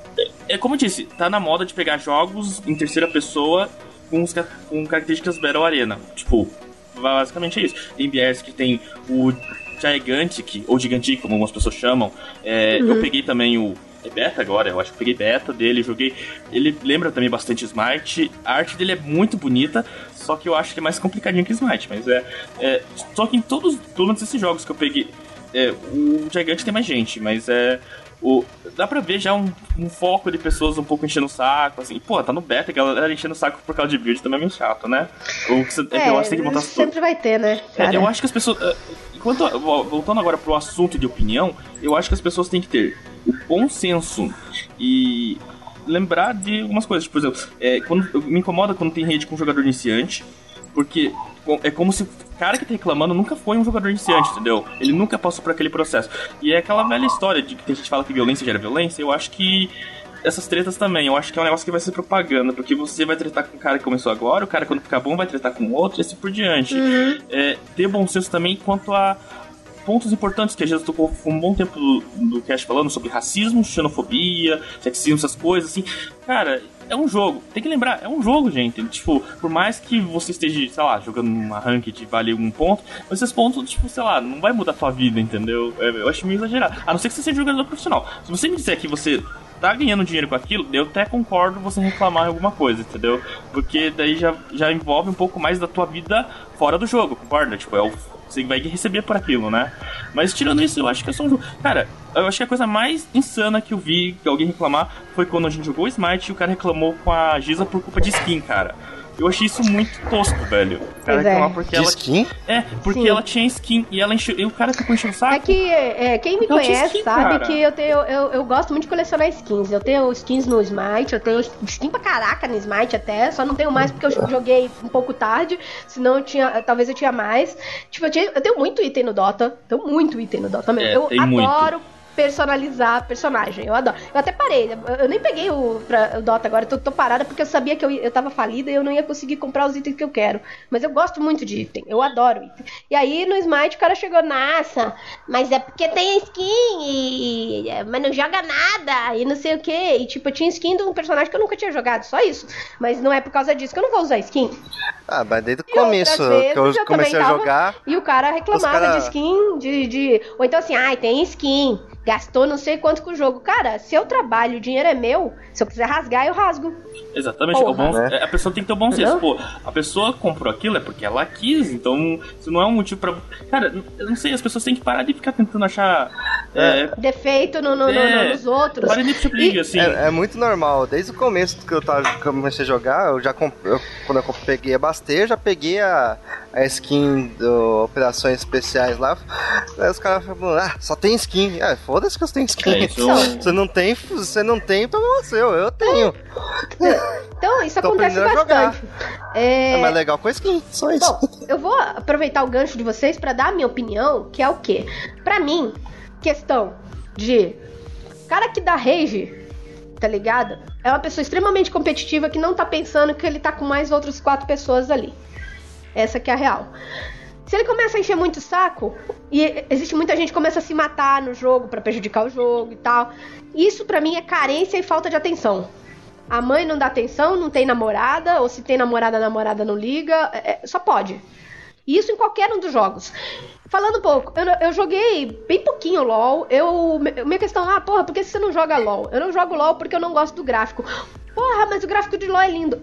é como eu disse, tá na moda de pegar jogos em terceira pessoa com, os, com características Battle Arena. Tipo, basicamente é isso. Tem B S que tem o Gigantic, ou Gigantic, como algumas pessoas chamam. É, uhum. Eu peguei também o é beta agora, eu acho que peguei beta dele, joguei. Ele lembra também bastante Smite. A arte dele é muito bonita, só que eu acho que é mais complicadinho que Smite. Mas é. é só que em todos, todos esses jogos que eu peguei, é, o Gigante tem mais gente, mas é. O, dá pra ver já um, um foco de pessoas um pouco enchendo o saco, assim. Pô, tá no beta, a galera enchendo o saco por causa de build também é meio chato, né? Ou que você, é, eu acho que tem que montar sempre vai ter, né? É, eu acho que as pessoas. Enquanto, voltando agora pro assunto de opinião, eu acho que as pessoas têm que ter o bom senso e lembrar de algumas coisas. Por exemplo, é, quando, me incomoda quando tem rede com um jogador iniciante, porque é como se o cara que tá reclamando nunca foi um jogador iniciante, entendeu? Ele nunca passou por aquele processo. E é aquela velha história de que a gente fala que violência gera violência. Eu acho que essas tretas também, eu acho que é um negócio que vai ser propaganda, porque você vai tretar com o cara que começou agora, o cara quando ficar bom vai tretar com o outro e assim por diante. Uhum. É, ter bom senso também quanto a pontos importantes que a gente tocou um bom tempo do, do cast falando sobre racismo, xenofobia, sexismo, essas coisas, assim. Cara, é um jogo. Tem que lembrar, é um jogo, gente. Tipo, por mais que você esteja, sei lá, jogando uma ranked vale um ponto, mas esses pontos, tipo, sei lá, não vai mudar a tua vida, entendeu? Eu acho meio exagerado. A não ser que você seja jogador profissional. Se você me disser que você tá ganhando dinheiro com aquilo, eu até concordo você reclamar alguma coisa, entendeu? Porque daí já, já envolve um pouco mais da tua vida fora do jogo, concorda? Tipo, é o você vai receber por aquilo, né? Mas tirando isso, eu acho que é só um jogo. Cara, eu acho que a coisa mais insana que eu vi que alguém reclamar foi quando a gente jogou o Smite e o cara reclamou com a Giza por culpa de skin, cara. Eu achei isso muito tosco, velho. O cara é. porque De ela... skin? É, porque Sim. ela tinha skin e ela encheu... E o cara ficou enchendo o saco. É que é, quem me Então, conhece skin, sabe cara. que eu, tenho, eu, eu gosto muito de colecionar skins. Eu tenho skins no Smite, eu tenho skin pra caraca no Smite até, só não tenho mais porque eu joguei um pouco tarde, senão eu tinha, talvez eu tinha mais. Tipo, eu, tinha, eu tenho muito item no Dota, tenho muito item no Dota mesmo. É, eu tem adoro muito. personalizar personagem, eu adoro. Eu até parei, eu, eu nem peguei o, pra, o Dota agora, eu tô, tô parada porque eu sabia que eu, eu tava falida e eu não ia conseguir comprar os itens que eu quero. Mas eu gosto muito de item, eu adoro item. E aí no Smite o cara chegou, nossa, mas é porque tem skin, e, mas não joga nada, e não sei o que. E tipo, eu tinha skin de um personagem que eu nunca tinha jogado, só isso. Mas não é por causa disso que eu não vou usar skin. Ah, mas desde o E começo outras que eu vezes eu comecei a também tava- jogar. E o cara reclamava cara- de skin, de, de... Ou então assim, ai, tem skin, gastou não sei quanto com o jogo. Cara, se eu trabalho, o dinheiro é meu, se eu quiser rasgar, eu rasgo. Exatamente, Porra, o bom, né? é, a pessoa tem que ter o bom senso. Entendeu? Pô, a pessoa comprou aquilo é porque ela quis, então isso não é um motivo pra. Cara, eu não sei, as pessoas têm que parar de ficar tentando achar. É, Defeito no, no, no- É, no- nos outros. Parem de briga, assim. É, é muito normal, desde o começo que eu, tava, que eu comecei a jogar, eu já comp- eu, quando eu peguei a Bastei, eu já peguei a, a skin do Operações Especiais lá. Aí os caras falam, ah, só tem skin. Ah, foda-se que eu tenho skin. É, isso- Você não tem, você não tem, problema seu, eu tenho. Então, isso Tô acontece aprendendo a jogar. bastante. É... É mais legal com a skin, só isso. Bom, eu vou aproveitar o gancho de vocês pra dar a minha opinião, que é o quê? Pra mim, questão de cara que dá rage, tá ligado? É uma pessoa extremamente competitiva que não tá pensando que ele tá com mais outras quatro pessoas ali. Essa que é a real. Se ele começa a encher muito o saco, e existe muita gente que começa a se matar no jogo pra prejudicar o jogo e tal, isso pra mim é carência e falta de atenção. A mãe não dá atenção, não tem namorada, ou se tem namorada, a namorada não liga, é, só pode. Isso em qualquer um dos jogos. Falando um pouco, eu, eu joguei bem pouquinho LoL, eu, minha questão, ah, porra, por que você não joga LoL? Eu não jogo LoL porque eu não gosto do gráfico. Porra, mas o gráfico de LoL é lindo.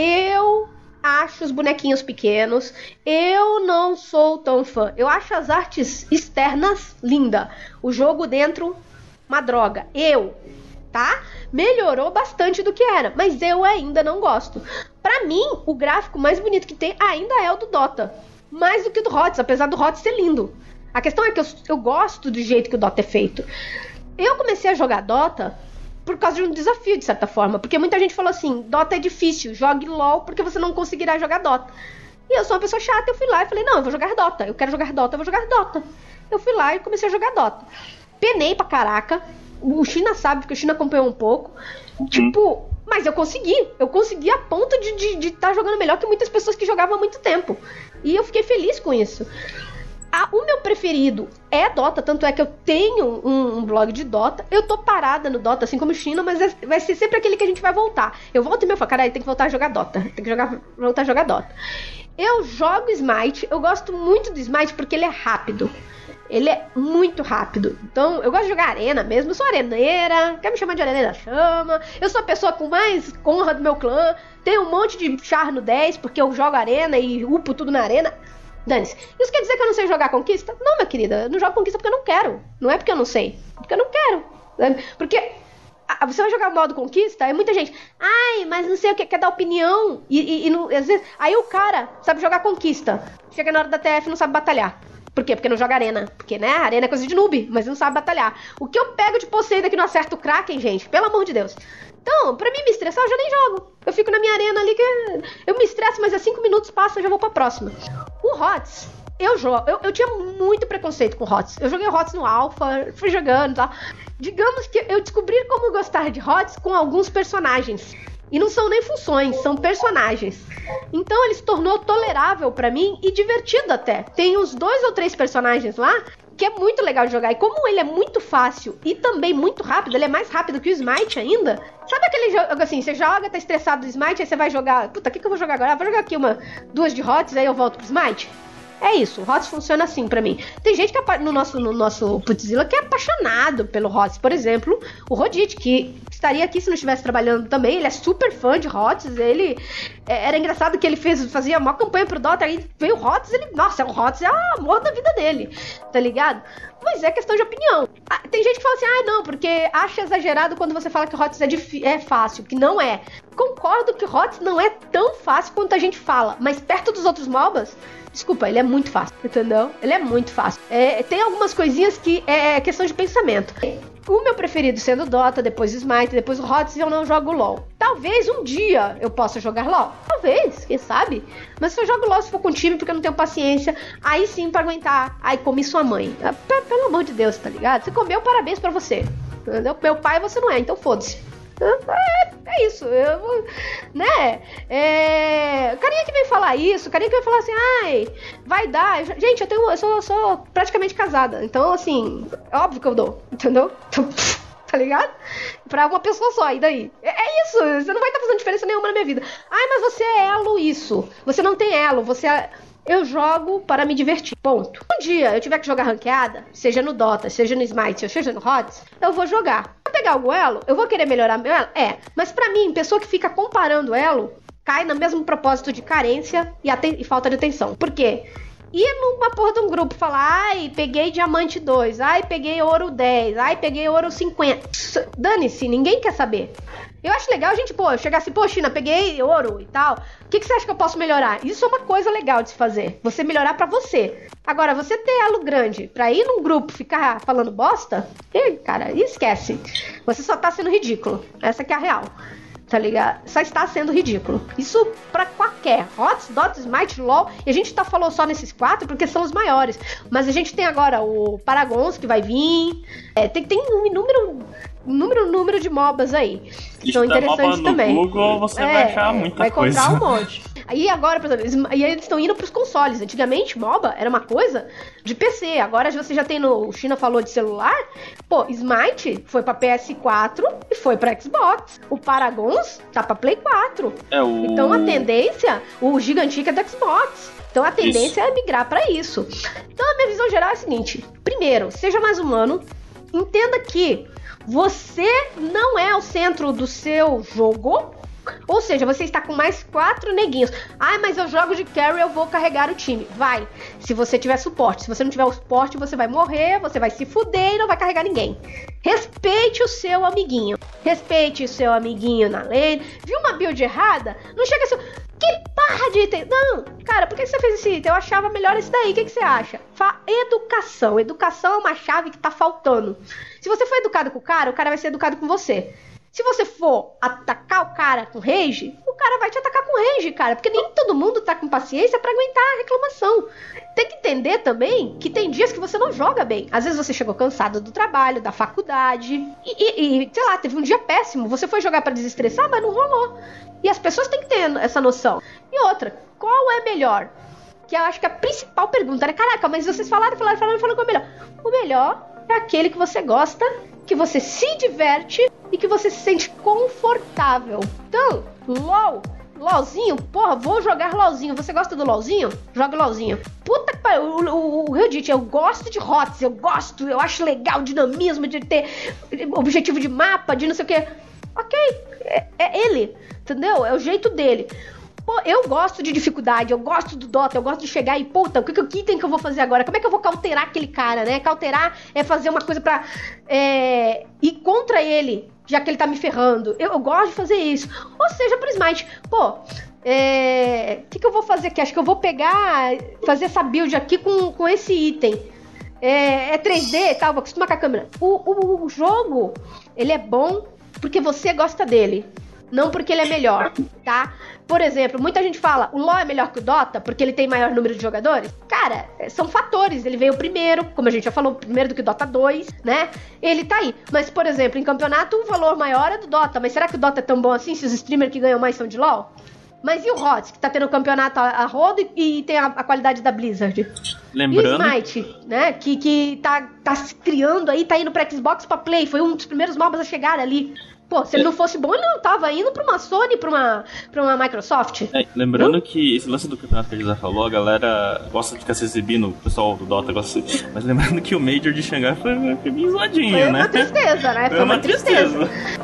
Eu acho os bonequinhos pequenos, eu não sou tão fã. Eu acho as artes externas linda. O jogo dentro, uma droga. Eu, tá? Melhorou bastante do que era, mas eu ainda não gosto. Pra mim, o gráfico mais bonito que tem ainda é o do Dota. Mais do que o do HOTS, apesar do HOTS ser lindo. A questão é que eu, eu gosto do jeito que o Dota é feito. Eu comecei a jogar Dota por causa de um desafio, de certa forma. Porque muita gente falou assim, Dota é difícil, jogue LoL porque você não conseguirá jogar Dota. E eu sou uma pessoa chata, eu fui lá e falei, não, eu vou jogar Dota. Eu quero jogar Dota, eu vou jogar Dota. Eu fui lá e comecei a jogar Dota. Penei pra caraca. O China sabe, porque o China acompanhou um pouco. Tipo, mas eu consegui. Eu consegui a ponto de estar de, de tá jogando melhor que muitas pessoas que jogavam há muito tempo. E eu fiquei feliz com isso. Ah, o meu preferido é Dota, tanto é que eu tenho um, um blog de Dota. Eu tô parada no Dota, assim como o China, mas é, vai ser sempre aquele que a gente vai voltar. Eu volto e me falo, caralho, tem que voltar a jogar Dota. Tem que jogar, voltar a jogar Dota. Eu jogo Smite, eu gosto muito do Smite porque ele é rápido. Ele é muito rápido. Então, eu gosto de jogar arena mesmo. Eu sou areneira. Quer me chamar de areneira? Chama. Eu sou a pessoa com mais honra do meu clã. Tenho um monte de char no dez, porque eu jogo arena e upo tudo na arena. Dane-se. Isso quer dizer que eu não sei jogar conquista? Não, minha querida. Eu não jogo conquista porque eu não quero. Não é porque eu não sei. Porque eu não quero. Porque você vai jogar modo conquista, aí muita gente, ai, mas não sei o que, quer dar opinião. E, e, e não, às vezes, aí o cara sabe jogar conquista. Chega na hora da T F e não sabe batalhar. Por quê? Porque não joga arena. Porque, né, arena é coisa de noob, mas não sabe batalhar. O que eu pego de poseida que não acerta o Kraken, gente, pelo amor de Deus. Então, pra mim me estressar, eu já nem jogo. Eu fico na minha arena ali, que eu me estresso, mas é cinco minutos passa, eu já vou pra próxima. O HOTS, eu jogo, eu, eu tinha muito preconceito com HOTS. Eu joguei HOTS no Alpha, fui jogando e tal. Digamos que eu descobri como gostar de HOTS com alguns personagens. E não são nem funções, são personagens. Então ele se tornou tolerável pra mim e divertido até. Tem uns dois ou três personagens lá que é muito legal de jogar. E como ele é muito fácil e também muito rápido, ele é mais rápido que o Smite ainda. Sabe aquele jogo assim, você joga, tá estressado do Smite, aí você vai jogar... Puta, o que, que eu vou jogar agora? Ah, vou jogar aqui uma, duas de HOTS, aí eu volto pro Smite. É isso, o HOTS funciona assim pra mim. Tem gente que é, no nosso, no nosso Putzilla que é apaixonado pelo HOTS. Por exemplo, o Rodit, que estaria aqui se não estivesse trabalhando também. Ele é super fã de HOTS. Ele é, era engraçado que ele fez, fazia uma campanha pro Dota. Aí veio o HOTS, ele, nossa, o HOTS é o amor da vida dele, tá ligado? Mas é questão de opinião. Tem gente que fala assim, ah, não, porque acha exagerado quando você fala que o HOTS é, dif- é fácil, que não é. concordo que H O T S não é tão fácil quanto a gente fala, mas perto dos outros MOBAs, desculpa, ele é muito fácil, entendeu? Ele é muito fácil. É, tem algumas coisinhas que é questão de pensamento. O meu preferido sendo Dota, depois Smite, depois o H O T S, eu não jogo LoL. Talvez um dia eu possa jogar LoL. Talvez, quem sabe? Mas se eu jogo LoL, se for com time, porque eu não tenho paciência, aí sim pra aguentar. Aí comi sua mãe. P- pelo amor de Deus, tá ligado? Você comeu, parabéns pra você. Entendeu? Meu pai você não é, então foda-se. É, é isso, eu, né? É, o carinha que vem falar isso, o carinha que vem falar assim, ai, vai dar. Gente, eu tenho, eu sou, eu sou praticamente casada, então assim, é óbvio que eu dou, entendeu? Então, tá ligado? Pra uma pessoa só, e daí? É, é isso, você não vai estar fazendo diferença nenhuma na minha vida. Ai, mas você é elo isso. Você não tem elo, você é. Eu jogo para me divertir, ponto. Um dia eu tiver que jogar ranqueada, seja no Dota, seja no Smite, seja no H O T S, eu vou jogar. Pra pegar algum elo, eu vou querer melhorar meu elo? É. Mas pra mim, pessoa que fica comparando elo, cai no mesmo propósito de carência e, aten- e falta de atenção. Por quê? Ir numa porra de um grupo falar, ai, peguei diamante dois, ai, peguei ouro dez, ai, peguei ouro cinquenta. Dane-se, ninguém quer saber. Eu acho legal a gente, pô, chegar assim, pô, China, peguei ouro e tal. O que, que você acha que eu posso melhorar? Isso é uma coisa legal de se fazer. Você melhorar pra você. Agora, você ter elo grande pra ir num grupo ficar falando bosta, e, cara, esquece. Você só tá sendo ridículo. Essa que é a real. Tá ligado? Só está sendo ridículo. Isso pra qualquer. H O T S, Dota, Smite, LoL. E a gente tá falando só nesses quatro porque são os maiores. Mas a gente tem agora o Paragons que vai vir. É, tem, tem um número, número, número de MOBAs aí. Que são interessantes no também. Google, você é, vai achar muita vai coisa. Vai encontrar um monte. Aí agora, por exemplo, e eles estão indo pros consoles. Antigamente, MOBA era uma coisa de P C. Agora você já tem no... O China falou de celular. Pô, Smite foi pra P S quatro e foi pra Xbox. O Paragons tá pra Play quatro. É, o... Então a tendência... O Gigantic é do Xbox. Então a tendência isso. é migrar pra isso. Então a minha visão geral é a seguinte. Primeiro, seja mais humano. Entenda que você não é o centro do seu jogo. Ou seja, você está com mais quatro neguinhos. Ah, mas eu jogo de carry, eu vou carregar o time. Vai, se você tiver suporte. Se você não tiver o suporte, você vai morrer, você vai se fuder e não vai carregar ninguém. Respeite o seu amiguinho. Respeite o seu amiguinho na lane. Viu uma build errada? Não chega assim... Que barra de item? Não, cara, por que você fez esse item? Eu achava melhor esse daí, o que, que você acha? Fa- educação. Educação é uma chave que tá faltando. Se você for educado com o cara, o cara vai ser educado com você. Se você for atacar o cara com rage, o cara vai te atacar com rage, cara. Porque nem todo mundo tá com paciência pra aguentar a reclamação. Tem que entender também que tem dias que você não joga bem. Às vezes você chegou cansado do trabalho, da faculdade. E, e, e sei lá, teve um dia péssimo. Você foi jogar pra desestressar, mas não rolou. E as pessoas têm que ter essa noção. E outra, qual é melhor? Que eu acho que a principal pergunta era, caraca, mas vocês falaram, falaram, falaram, falaram qual é o melhor. O melhor é aquele que você gosta, que você se diverte e que você se sente confortável. Então, LOL, LOLzinho, porra, vou jogar LOLzinho. Você gosta do LOLzinho? Joga LOLzinho. Puta que pariu, o, o, o Reddit, eu gosto de H O T S, eu gosto, eu acho legal o dinamismo de ter objetivo de mapa, de não sei o que. Ok, é, é ele, entendeu? É o jeito dele. Pô, eu gosto de dificuldade, eu gosto do Dota, eu gosto de chegar e, puta, o que, que item que eu vou fazer agora? Como é que eu vou cauterar aquele cara, né? Cauterar é fazer uma coisa pra é, ir contra ele, já que ele tá me ferrando. Eu, eu gosto de fazer isso. Ou seja, pro Smite, pô, é, o que, que eu vou fazer aqui? Acho que eu vou pegar, fazer essa build aqui com, com esse item. É, é três D e tal, vou acostumar com a câmera. O, o, o jogo, ele é bom porque você gosta dele, não porque ele é melhor, tá? Por exemplo, muita gente fala, o LoL é melhor que o Dota porque ele tem maior número de jogadores. Cara, são fatores. Ele veio primeiro, como a gente já falou, primeiro do que o Dota dois, né? Ele tá aí. Mas, por exemplo, em campeonato o valor maior é do Dota. Mas será que o Dota é tão bom assim se os streamers que ganham mais são de LoL? Mas e o H O T S, que tá tendo campeonato a, a rodo e, e tem a, a qualidade da Blizzard? Lembrando... E o Smite, né? Que, que tá, tá se criando aí, tá indo pra Xbox, pra Play. Foi um dos primeiros MOBAs a chegar ali. Pô, se ele não fosse bom, ele não tava indo pra uma Sony, pra uma, pra uma Microsoft. É, lembrando hum? que esse lance do campeonato que a gente já falou, a galera gosta de ficar se exibindo, o pessoal do Dota gosta de... Mas lembrando que o Major de Xangai foi, foi bem zoadinho, foi né? Foi uma tristeza, né? Foi, foi uma, uma tristeza. tristeza.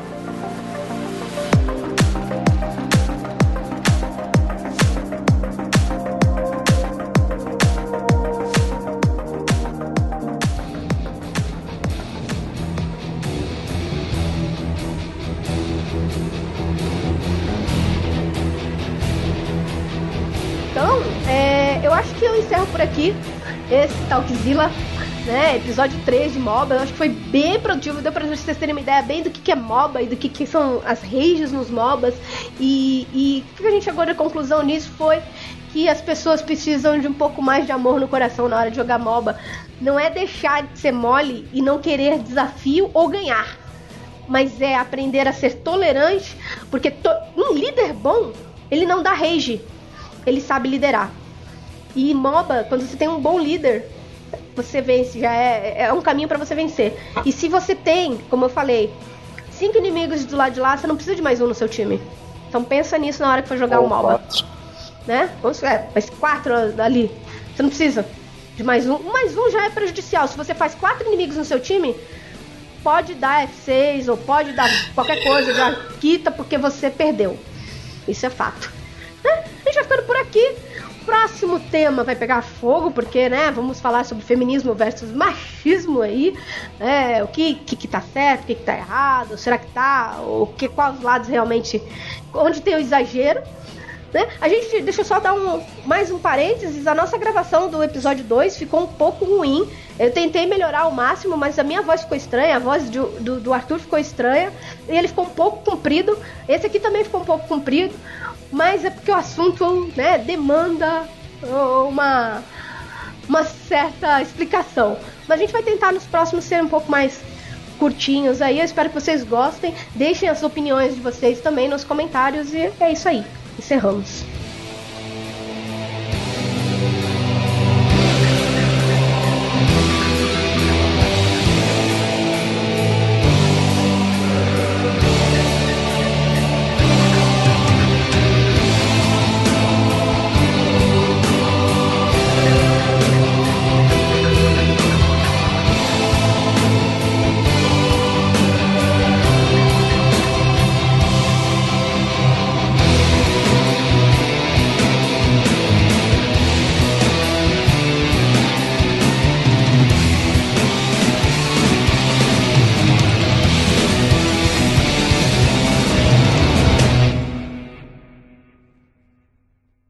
Então, é, eu acho que eu encerro por aqui esse Talkzilla, né, episódio três de MOBA. Eu acho que foi bem produtivo, deu pra vocês terem uma ideia bem do que, que é MOBA e do que, que são as rages nos MOBAs. E, e o que a gente chegou à conclusão nisso foi que as pessoas precisam de um pouco mais de amor no coração na hora de jogar MOBA. Não é deixar de ser mole e não querer desafio ou ganhar, mas é aprender a ser tolerante, porque to- um líder bom, ele não dá rage, ele sabe liderar. E MOBA, quando você tem um bom líder, você vence, já é, é um caminho pra você vencer. E se você tem, como eu falei, cinco inimigos do lado de lá, você não precisa de mais um no seu time. Então pensa nisso na hora que for jogar um MOBA. Né? Vamos, é, mas quatro ali, você não precisa de mais um. Um mais um já é prejudicial. Se você faz quatro inimigos no seu time, pode dar F seis ou pode dar qualquer coisa, já quita porque você perdeu. Isso é fato. Né? A gente vai ficando por aqui. Próximo tema vai pegar fogo, porque, né, vamos falar sobre feminismo versus machismo aí, né, o que, que, que tá certo, o que, que tá errado, será que tá, o que, quais lados realmente, onde tem o exagero, né? A gente, deixa eu só dar um, mais um parênteses, a nossa gravação do episódio dois ficou um pouco ruim, eu tentei melhorar ao máximo, mas a minha voz ficou estranha, a voz do, do, do Arthur ficou estranha, e ele ficou um pouco comprido, esse aqui também ficou um pouco comprido, mas é porque o assunto, né, demanda uma, uma certa explicação. Mas a gente vai tentar nos próximos ser um pouco mais curtinhos aí. Eu espero que vocês gostem. Deixem as opiniões de vocês também nos comentários. E é isso aí. Encerramos.